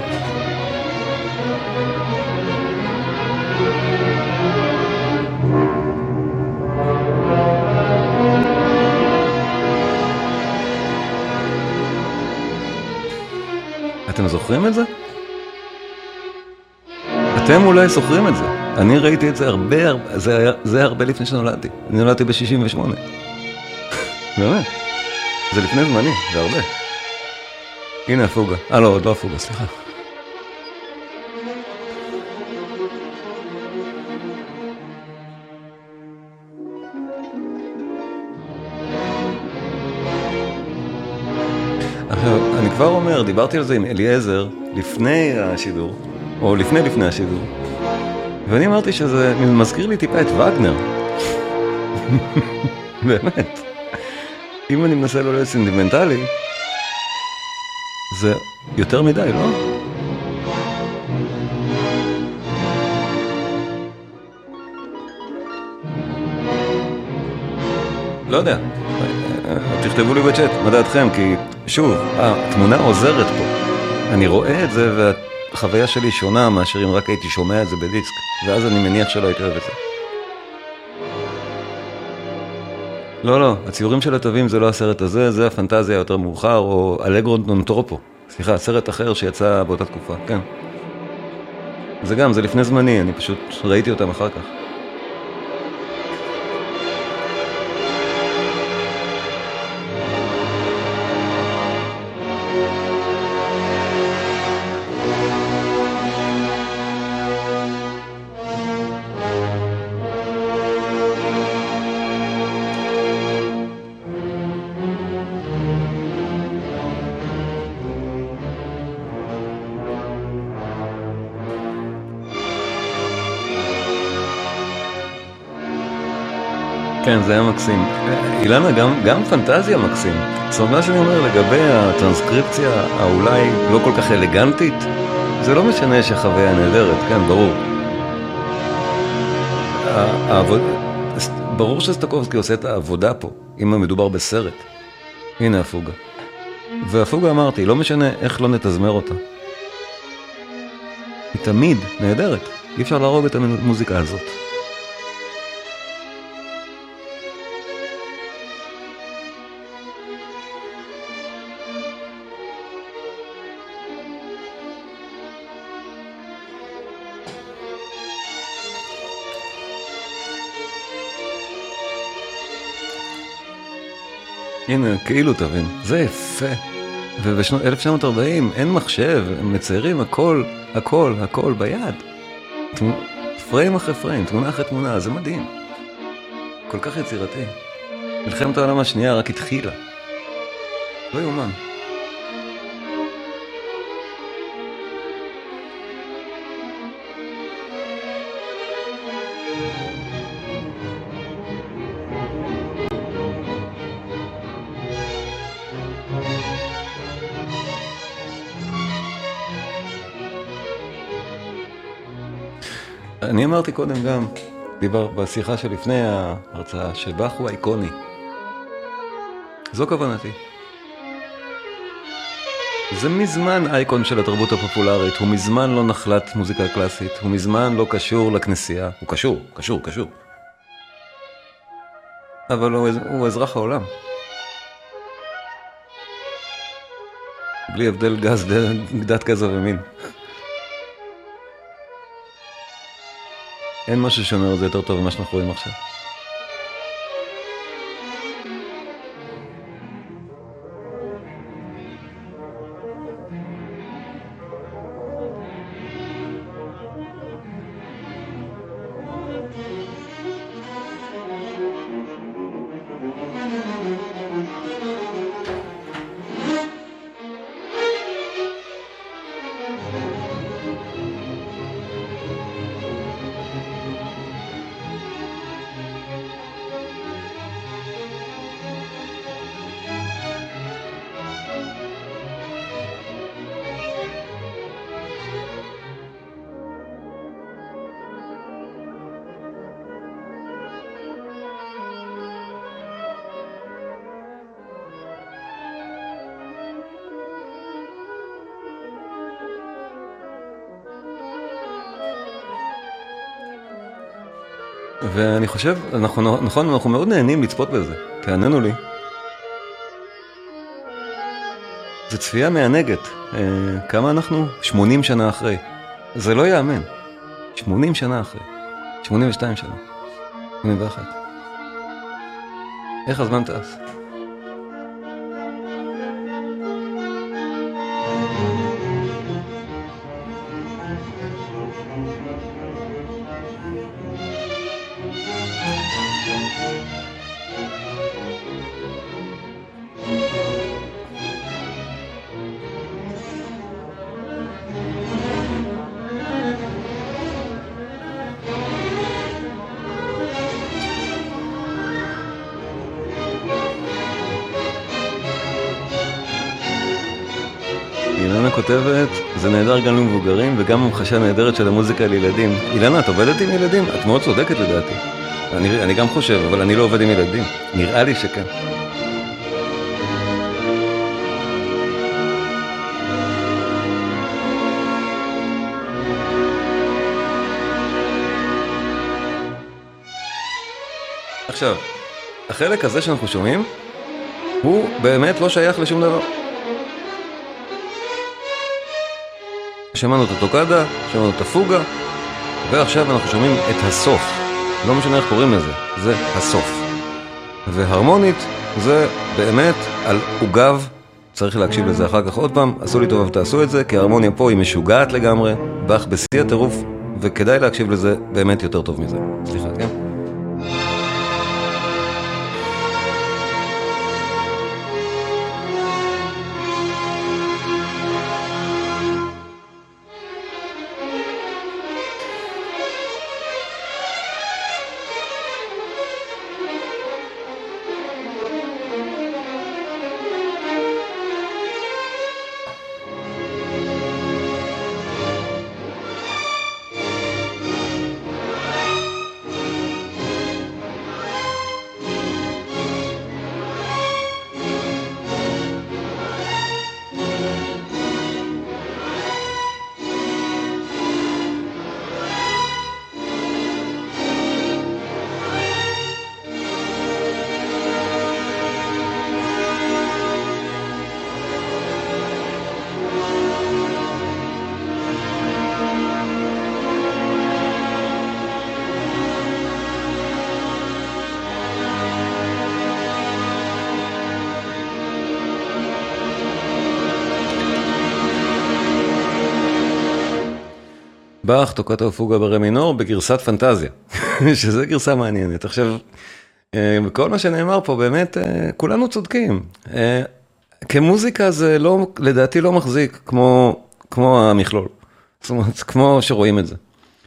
S1: אתם זוכרים את זה? אתם אולי זוכרים את זה. אני ראיתי את זה הרבה, זה הרבה לפני שנולדתי. אני נולדתי ב-68. באמת. זה לפני זמני, זה הרבה. הנה הפוגה. לא, עוד לא הפוגה, סליחה. עכשיו, אני כבר אומר, דיברתי על זה עם אליעזר לפני השידור, או לפני השידור, ואני אמרתי שזה מזכיר לי טיפה את וגנר. באמת. אם אני מנסה לא להיות סנטימנטלי, זה יותר מדי, לא? לא יודע, תכתבו לי בצ'אט, מה דעתכם? כי שוב, התמונה עוזרת פה. אני רואה את זה והחוויה שלי שונה מאשר אם רק הייתי שומע את זה בדיסק, ואז אני מניח שלא הייתי אוהב את זה. לא, הציורים של התווים זה לא הסרט הזה, זה הפנטזיה יותר מאוחר, או אלגרו נונטרופו. סליחה, סרט אחר שיצא באותה תקופה, כן. זה גם, זה לפני זמני, אני פשוט ראיתי אותם אחר כך. כן, זה היה מקסים. אילנה, גם פנטזיה מקסים. זאת אומרת, מה שאני אומר לגבי הטרנסקריפציה האולי לא כל כך אלגנטית, זה לא משנה שהחוויה נהדרת, כן, ברור. ברור שסטקובסקי עושה את העבודה פה, אם מדובר בסרט. הנה הפוגה. והפוגה אמרתי, לא משנה איך לא נתזמר אותה. היא תמיד נהדרת. אי אפשר להרוג את המוזיקה הזאת. הנה, כאילו תבין, זה יפה. ובשנות 1940 אין מחשב, הם מציירים הכל ביד. פריים אחרי פריים, תמונה אחרי תמונה, זה מדהים. כל כך יצירתי. מלחמת העולם השנייה רק התחילה. לא יאומן. אני אמרתי קודם גם, דיבר בשיחה שלפני ההרצאה, שבאך הוא איקוני. זו כוונתי. זה מזמן אייקון של התרבות הפופולרית, הוא מזמן לא נחלת מוזיקה קלאסית, הוא מזמן לא קשור לכנסייה, הוא קשור. אבל הוא אזרח העולם. בלי הבדל דת גזע ומין. אין משהו שאומר את זה יותר טוב ממה שאנחנו רואים עכשיו. ואני חושב, נכון, אנחנו מאוד נהנים לצפות בזה, תעננו לי. זה צפייה מענגת, כמה אנחנו? 80 שנה אחרי. זה לא יאמן. 80 שנה אחרי. 82 שנה. 81. איך הזמן טס? אילנה כותבת, זה נהדר גם למבוגרים וגם המחשה נהדרת של המוזיקה לילדים. אילנה, את עובדת עם ילדים? את מאוד צודקת לדעתי. אני גם חושב, אבל אני לא עובד עם ילדים. נראה לי שכן. עכשיו, החלק הזה שאנחנו שומעים, הוא באמת לא שייך לשום דבר. שמענו את הטוקדה, שמענו את הפוגה, ועכשיו אנחנו שומעים את הסוף. לא משנה איך קוראים לזה, זה הסוף. והרמונית זה באמת על עוגב, צריך להקשיב לזה אחר כך עוד פעם, עשו לי טוב ותעשו את זה, כי ההרמוניה פה היא משוגעת לגמרי, באך בשיא הטירוף, וכדאי להקשיב לזה באמת יותר טוב מזה. סליחה, כן? באך, טוקטה ופוגה ברה מינור בגרסת פנטזיה, שזה גרסה מעניינת. עכשיו, בכל מה שנאמר פה, באמת, כולנו צודקים. כמוזיקה זה לא, לדעתי לא מחזיק כמו המכלול. זאת אומרת, כמו שרואים את זה.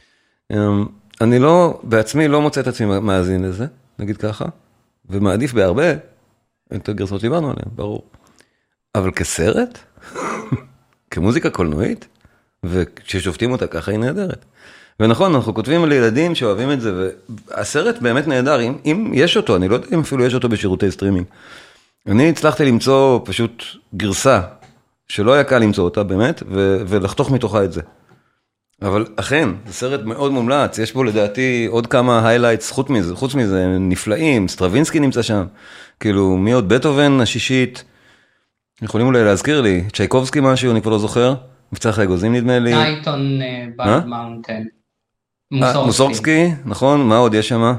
S1: אני לא, בעצמי לא מוצא את עצמי מאזין לזה, נגיד ככה, ומעדיף בהרבה את הגרסות שדיברנו עליהן, ברור. אבל כסרט, כמוזיקה קולנועית, וכששופטים אותה ככה היא נהדרת. ונכון, אנחנו כותבים על ילדים שאוהבים את זה, והסרט באמת נהדר, אם יש אותו, אני לא יודע אם אפילו יש אותו בשירותי סטרימינג. אני הצלחתי למצוא פשוט גרסה, שלא היה קל למצוא אותה באמת, ולחתוך מתוכה את זה. אבל אכן, זה סרט מאוד מומלץ, יש בו לדעתי עוד כמה היילייטס, חוץ מזה נפלאים, סטרווינסקי נמצא שם, כאילו מי עוד? בטהובן השישית, יכולים אולי להזכיר לי, צ'ייקובסקי משהו, אני כבר לא זוכר, מבצע אחרי אגוזים נדמה לי.
S4: נייטון ברד מאונטן.
S1: מוסורסקי, נכון, מה עוד יש שם?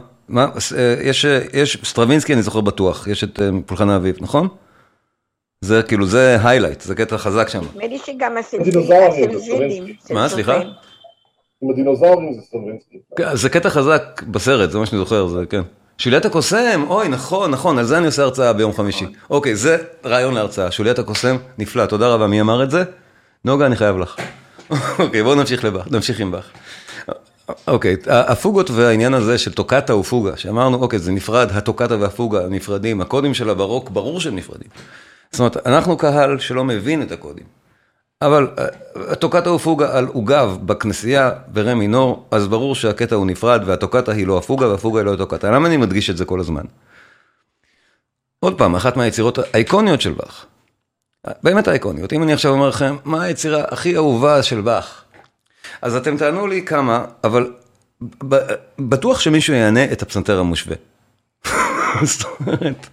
S1: יש סטרווינסקי, אני זוכר בטוח, יש את פולחן האביב, נכון? זה כאילו, זה היילייט, זה קטע חזק שם.
S3: נדמה לי שגם
S6: הסלזידים.
S1: מה, סליחה?
S6: עם הדינוזאורים זה סטרווינסקי.
S1: זה קטע חזק בסרט, זה מה שאני זוכר, זה כן. שוליית הקוסם, אוי, נכון, על זה אני עושה הרצאה ביום חמישי. אוקיי, זה רעיון להרצאה, שוליית הקוסם, נפלא, תודה רבה, מי אמר את זה? נוגה, אני חייב לך. אוקיי, בואו נמשיך עם בך. אוקיי, הפוגות והעניין הזה של טוקטה ופוגה, שאמרנו, אוקיי, זה נפרד, הטוקטה והפוגה נפרדים, הקודים של הברוק, ברור שהם נפרדים. זאת אומרת, אנחנו קהל שלא מבין את הקודים. אבל הטוקטה ופוגה על עוגב בכנסייה ברה מינור, אז ברור שהקטע הוא נפרד, והטוקטה היא לא הפוגה, והפוגה היא לא הטוקטה. למה אני מדגיש את זה כל הזמן? עוד פעם, אחת מהיצירות האיקוניות של באך. באמת האיקוניות. אם אני עכשיו אומר לכם, מה היצירה הכי אהובה של באך? אז אתם תענו לי כמה, אבל בטוח שמישהו יענה את הפסנתר המושווה. זאת אומרת,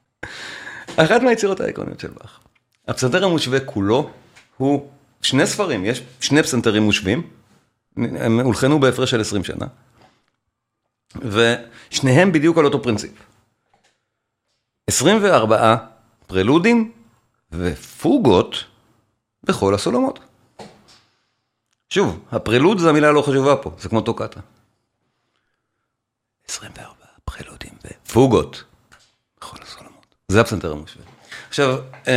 S1: אחת מהיצירות האיקוניות של באך. הפסנתר המושווה כולו הוא שני ספרים, יש שני פסנתרים מושווים, הם הולחנו בהפרש של 20 שנה, ושניהם בדיוק על אותו פרינציפ. 24 פרלודים ופוגות בכל הסולמות. שוב, הפרלוד זה המילה לא חשובה פה, זה כמו טוקטה. 24 פרלודים ופוגות בכל הסולמות. זה הפסנתר המושווה. עכשיו,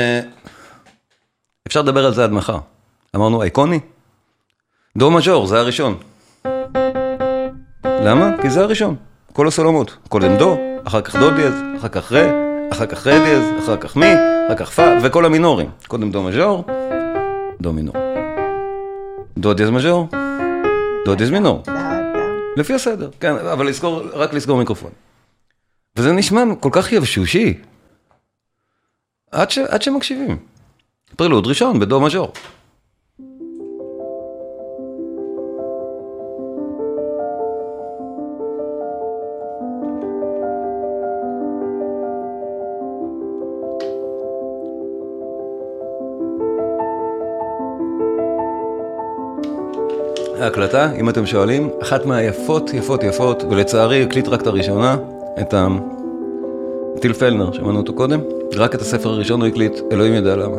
S1: אפשר לדבר על זה עד מחר. אמרנו, איקוני? דו מז'ור, זה הראשון. למה? כי זה הראשון. כל הסולמות. קודם דו, אחר כך דו דיאז, אחר כך רה, אחר כך רה דיאז, אחר כך מי, אחר כך פה, וכל המינורים. קודם דו מז'ור, דו מינור. דו דיאז מז'ור, דו דיאז מינור. לפי הסדר, כן, אבל רק לסגור מיקרופון. וזה נשמע כל כך יבשושי, עד שמקשיבים. פרילוד ראשון בדו מז'ור. ההקלטה, אם אתם שואלים, אחת מהיפות, יפות, יפות, ולצערי הקליט רק את הראשונה, את טיל פלנר, שמענו אותו קודם, רק את הספר הראשון הוא הקליט, אלוהים ידע למה.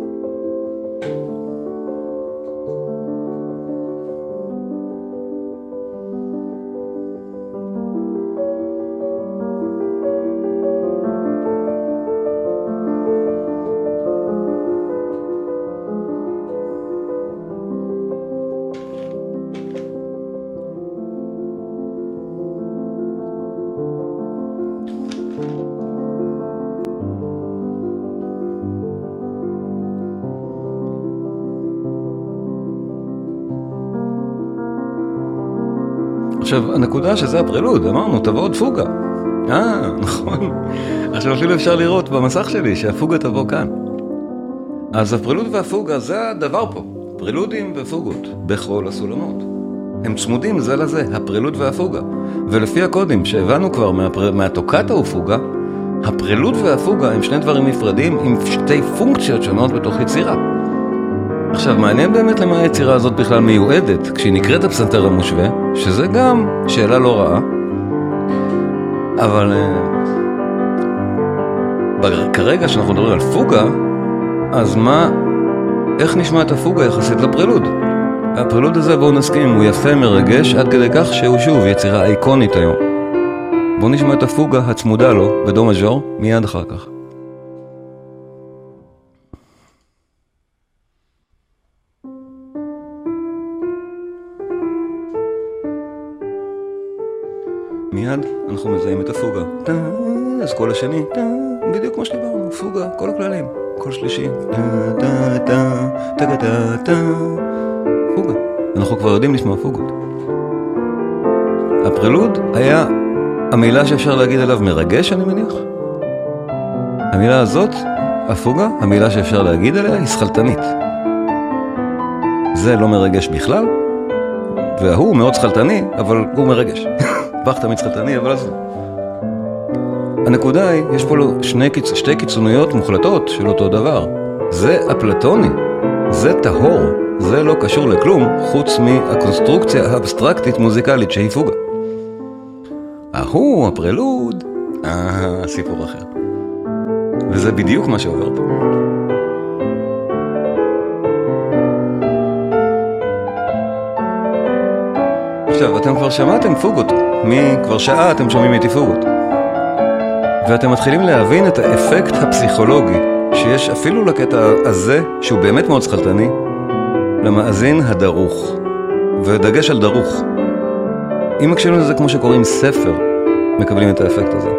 S1: עכשיו, הנקודה שזה הפרילוד, אמרנו, תבוא עוד פוגה. נכון. עכשיו אפילו אפשר לראות במסך שלי שהפוגה תבוא כאן. אז הפרילוד והפוגה זה הדבר פה. פרילודים ופוגות בכל הסולמות. הם צמודים זה לזה, הפרילוד והפוגה. ולפי הקודים שהבנו כבר מהטוקטה ופוגה, הפרילוד והפוגה הם שני דברים נפרדים עם שתי פונקציות שונות בתוך יצירה. עכשיו, מעניין באמת למה היצירה הזאת בכלל מיועדת, כשהיא נקראת הפסנתר המושווה, שזה גם שאלה לא רעה, אבל כרגע שאנחנו מדברים על פוגה, אז איך נשמע את הפוגה יחסית לפרילוד? הפרילוד הזה, בואו נסכים, הוא יפה מרגש, עד כדי כך שהוא שוב יצירה איקונית היום. בואו נשמע את הפוגה הצמודה לו, בדו מז'ור, מיד אחר כך. מיד אנחנו מזהים את הפוגה. אז כל השני, בדיוק כמו שדיברנו, פוגה, כל הכללים. כל שלישי, פוגה. אנחנו כבר יודעים לשמוע פוגות. הפרילוד היה המילה שאפשר להגיד עליו מרגש, אני מניח. המילה הזאת, הפוגה, המילה שאפשר להגיד עליה היא שכלתנית. זה לא מרגש בכלל, והוא מאוד שכלתני, אבל הוא מרגש. פח תמיד שכלתני, אבל אז לא. הנקודה היא, יש פה שתי קיצוניות מוחלטות של אותו דבר. זה אפלטוני, זה טהור, זה לא קשור לכלום, חוץ מהקונסטרוקציה האבסטרקטית מוזיקלית שהיא פוגה. הפרילוד, סיפור אחר. וזה בדיוק מה שעובר פה. עכשיו, אתם כבר שמעתם פוגות. כבר שעה אתם שומעים איתי פוגות. ואתם מתחילים להבין את האפקט הפסיכולוגי שיש אפילו לקטע הזה, שהוא באמת מאוד שכלתני, למאזין הדרוך. ודגש על דרוך. אם מקשיבים לזה כמו שקוראים ספר, מקבלים את האפקט הזה.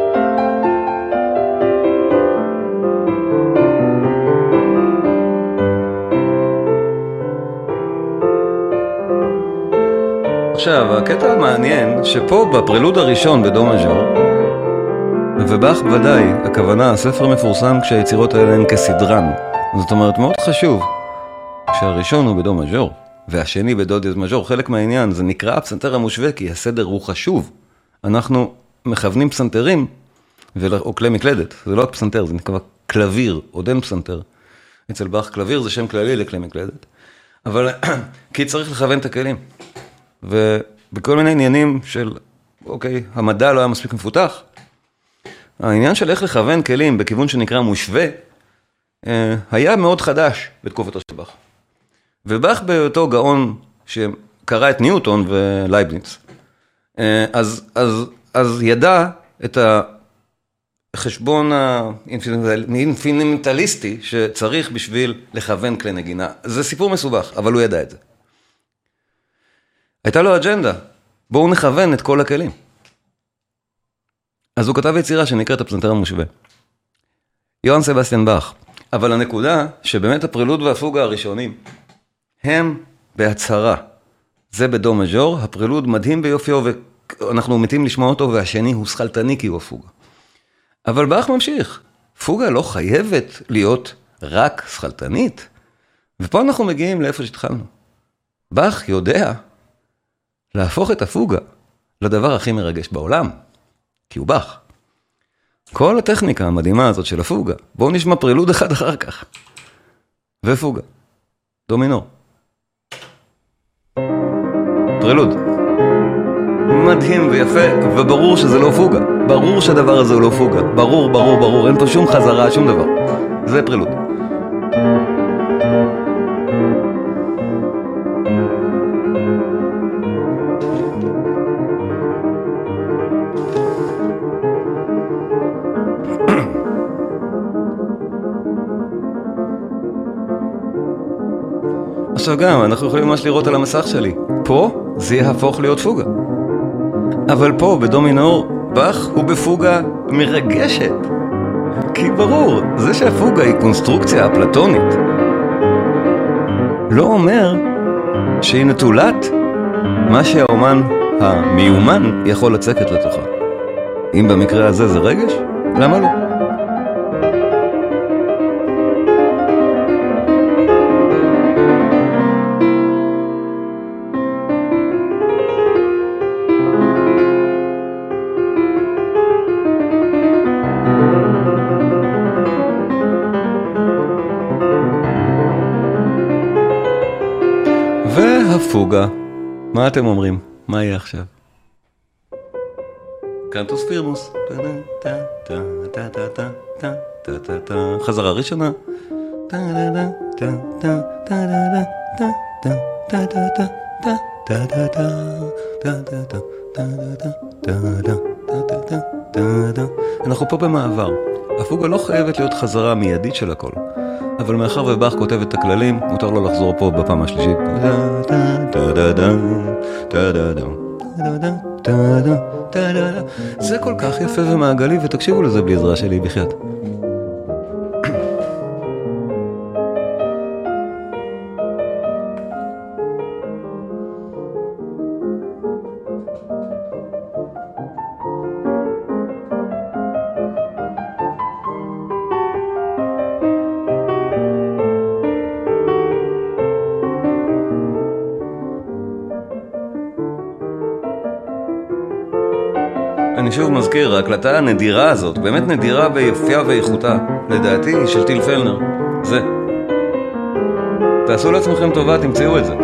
S1: עכשיו, הקטע המעניין שפה בפרילוד הראשון בדו מז'ור, ובאך ודאי, הכוונה, הספר מפורסם כשהיצירות האלה הן כסדרן. זאת אומרת, מאוד חשוב שהראשון הוא בדו מז'ור, והשני בדו דיאז מז'ור. חלק מהעניין, זה נקרא הפסנתר המושווה, כי הסדר הוא חשוב. אנחנו מכוונים פסנתרים, או כלי מקלדת. זה לא רק פסנתר, זה נקרא קלביר, עוד אין פסנתר. אצל באך קלביר זה שם כללי לכלי מקלדת. אבל, כי צריך לכוון את הכלים. ובכל מיני עניינים של, אוקיי, המדע לא היה מספיק מפותח, העניין של איך לכוון כלים בכיוון שנקרא מושווה, היה מאוד חדש בתקופתו של באך. ובאך באותו גאון שקרא את ניוטון ולייבניץ, אז ידע את החשבון האינפינימטליסטי שצריך בשביל לכוון כלי נגינה. זה סיפור מסובך, אבל הוא ידע את זה. הייתה לו אג'נדה, בואו נכוון את כל הכלים. אז הוא כתב יצירה שנקראת הפסנתר המושווה. יוהאן סבסטיאן באך. אבל הנקודה שבאמת הפרילוד והפוגה הראשונים הם בהצהרה. זה בדו מז'ור, הפרילוד מדהים ביופיו, ואנחנו מתים לשמוע אותו, והשני הוא שכלתני כי הוא הפוגה. אבל באך ממשיך, פוגה לא חייבת להיות רק שכלתנית, ופה אנחנו מגיעים לאיפה שהתחלנו. באך יודע להפוך את הפוגה לדבר הכי מרגש בעולם, כי הוא באך. כל הטכניקה המדהימה הזאת של הפוגה, בואו נשמע פרילוד אחד אחר כך. ופוגה, דו מינור. פרילוד. מדהים ויפה, וברור שזה לא פוגה. ברור שהדבר הזה הוא לא פוגה. ברור, ברור, ברור. אין פה שום חזרה, שום דבר. זה פרילוד. עכשיו גם, אנחנו יכולים ממש לראות על המסך שלי. פה זה יהפוך להיות פוגה. אבל פה, בדו מינור, באך הוא בפוגה מרגשת. כי ברור, זה שהפוגה היא קונסטרוקציה אפלטונית, לא אומר שהיא נטולת מה שהאומן המיומן יכול לצקת לתוכה. אם במקרה הזה זה רגש, למה לא? והפוגה, מה אתם אומרים? מה יהיה עכשיו? קנטוס פירמוס. חזרה ראשונה. אנחנו פה במעבר. הפוגה לא חייבת להיות חזרה מיידית של הכל. אבל מאחר ובאך כותב את הכללים, מותר לו לחזור פה בפעם השלישית. זה כל כך יפה ומעגלי, ותקשיבו לזה בלי עזרה שלי בחייאת. אני שוב מזכיר, ההקלטה הנדירה הזאת, באמת נדירה ביופייה ואיכותה, לדעתי, של טיל פלנר. זה. תעשו לעצמכם טובה, תמצאו את זה.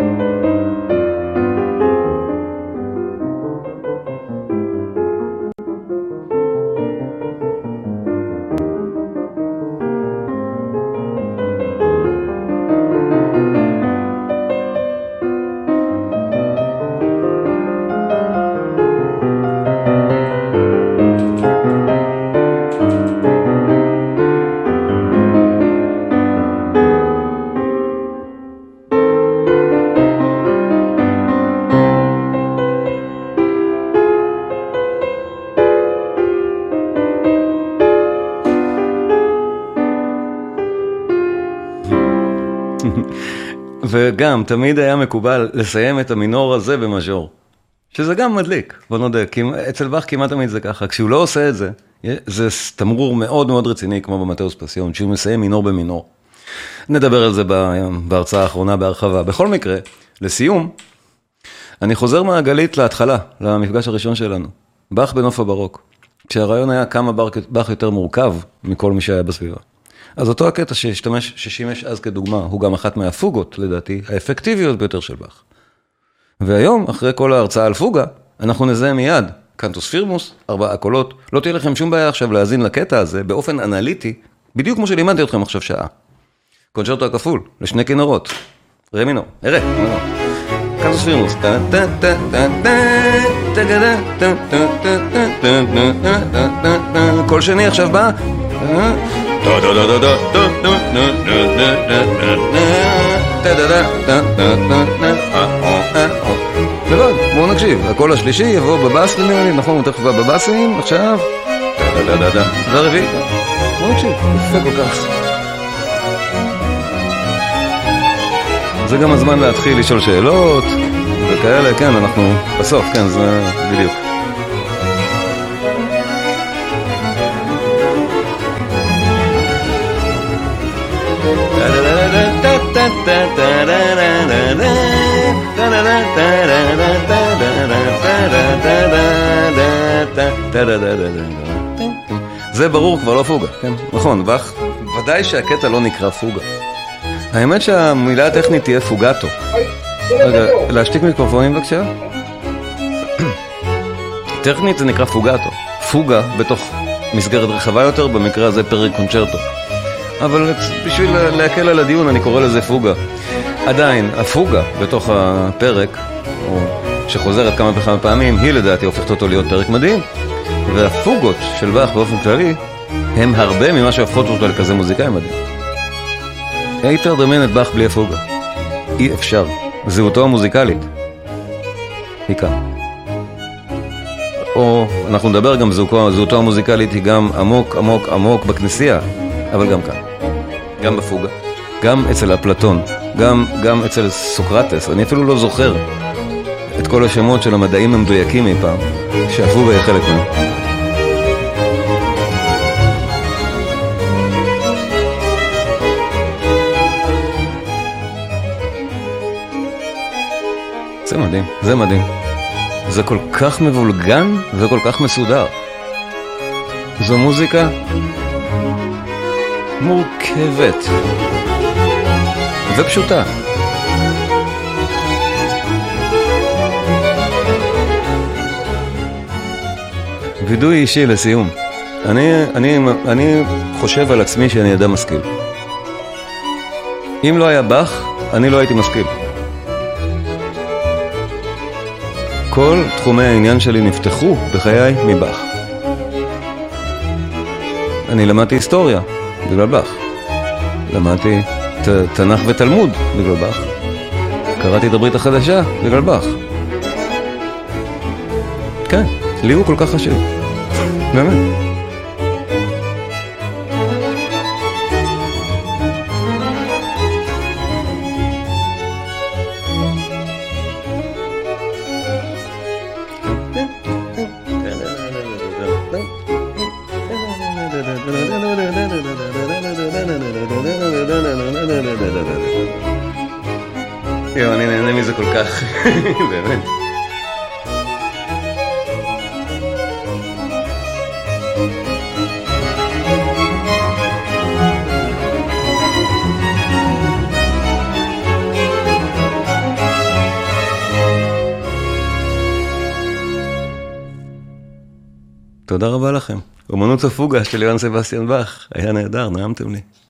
S1: וגם תמיד היה מקובל לסיים את המינור הזה במז'ור, שזה גם מדליק, בוא נודה, אצל באך כמעט תמיד זה ככה, כשהוא לא עושה את זה, זה תמרור מאוד מאוד רציני, כמו במתאוס פסיון, שהוא מסיים מינור במינור. נדבר על זה בהרצאה האחרונה בהרחבה. בכל מקרה, לסיום, אני חוזר מעגלית להתחלה, למפגש הראשון שלנו, באך בנוף הברוק, כשהרעיון היה כמה באך יותר מורכב מכל מי שהיה בסביבה. אז אותו הקטע ששימש אז כדוגמה, הוא גם אחת מהפוגות, לדעתי, האפקטיביות ביותר של באך. והיום, אחרי כל ההרצאה על פוגה, אנחנו נזהה מיד, קנטוס פירמוס, 4 קולות, לא תהיה לכם שום בעיה עכשיו להאזין לקטע הזה, באופן אנליטי, בדיוק כמו שלימדתי אתכם עכשיו שעה. קונצ'רטו הכפול, לשני כינורות, רה מינור, קנטוס פירמוס, כל שני עכשיו בא, לבד, בואו נקשיב, הקול השלישי יבוא בבאס, נכון, הוא תכף בא בבאסים, עכשיו והרביעי, בואו נקשיב, יפה כל כך. זה גם הזמן להתחיל לשאול שאלות, וכאלה, כן, אנחנו בסוף, כן, זה בדיוק. זה ברור, כבר לא פוגה, כן? נכון, ודאי שהקטע לא נקרא פוגה. האמת שהמילה הטכנית תהיה פוגטו. רגע, להשתיק מיקרופונים בבקשה? טכנית זה נקרא פוגטו. פוגה בתוך מסגרת רחבה יותר, במקרה הזה פרק קונצ'רטו. אבל בשביל להקל על הדיון אני קורא לזה פוגה. עדיין, הפוגה בתוך הפרק, או שחוזרת כמה וכמה פעמים, היא לדעתי הופכת אותו להיות פרק מדהים. והפוגות של באך באופן כללי הם הרבה ממה שהופכות אותו לכזה מוזיקאי מדהים. אי אפשר לדמיין את באך בלי הפוגה. אי אפשר. זהותו המוזיקלית היא כאן. או אנחנו נדבר גם זהותו המוזיקלית היא גם עמוק עמוק עמוק בכנסייה, אבל גם כאן. גם בפוגה. גם אצל אפלטון. גם אצל סוקרטס. אני אפילו לא זוכר את כל השמות של המדעים המדויקים מפעם, שהפוגה היא חלק מהם. זה מדהים, זה מדהים. זה כל כך מבולגן וכל כך מסודר. זו מוזיקה מורכבת ופשוטה. וידוי אישי לסיום. אני חושב על עצמי שאני אדם משכיל. אם לא היה באך, אני לא הייתי משכיל. כל תחומי העניין שלי נפתחו בחיי מבאך. אני למדתי היסטוריה בגלל באך. למדתי תנ"ך ותלמוד בגלל באך. קראתי את הברית החדשה בגלל באך. כן, לי הוא כל כך חשוב. באמת. יו, אני נהנה מזה כל כך, באמת. תודה רבה לכם. אומנות הפוגה של יוהאן סבסטיאן באך. היה נהדר, נעמתם לי.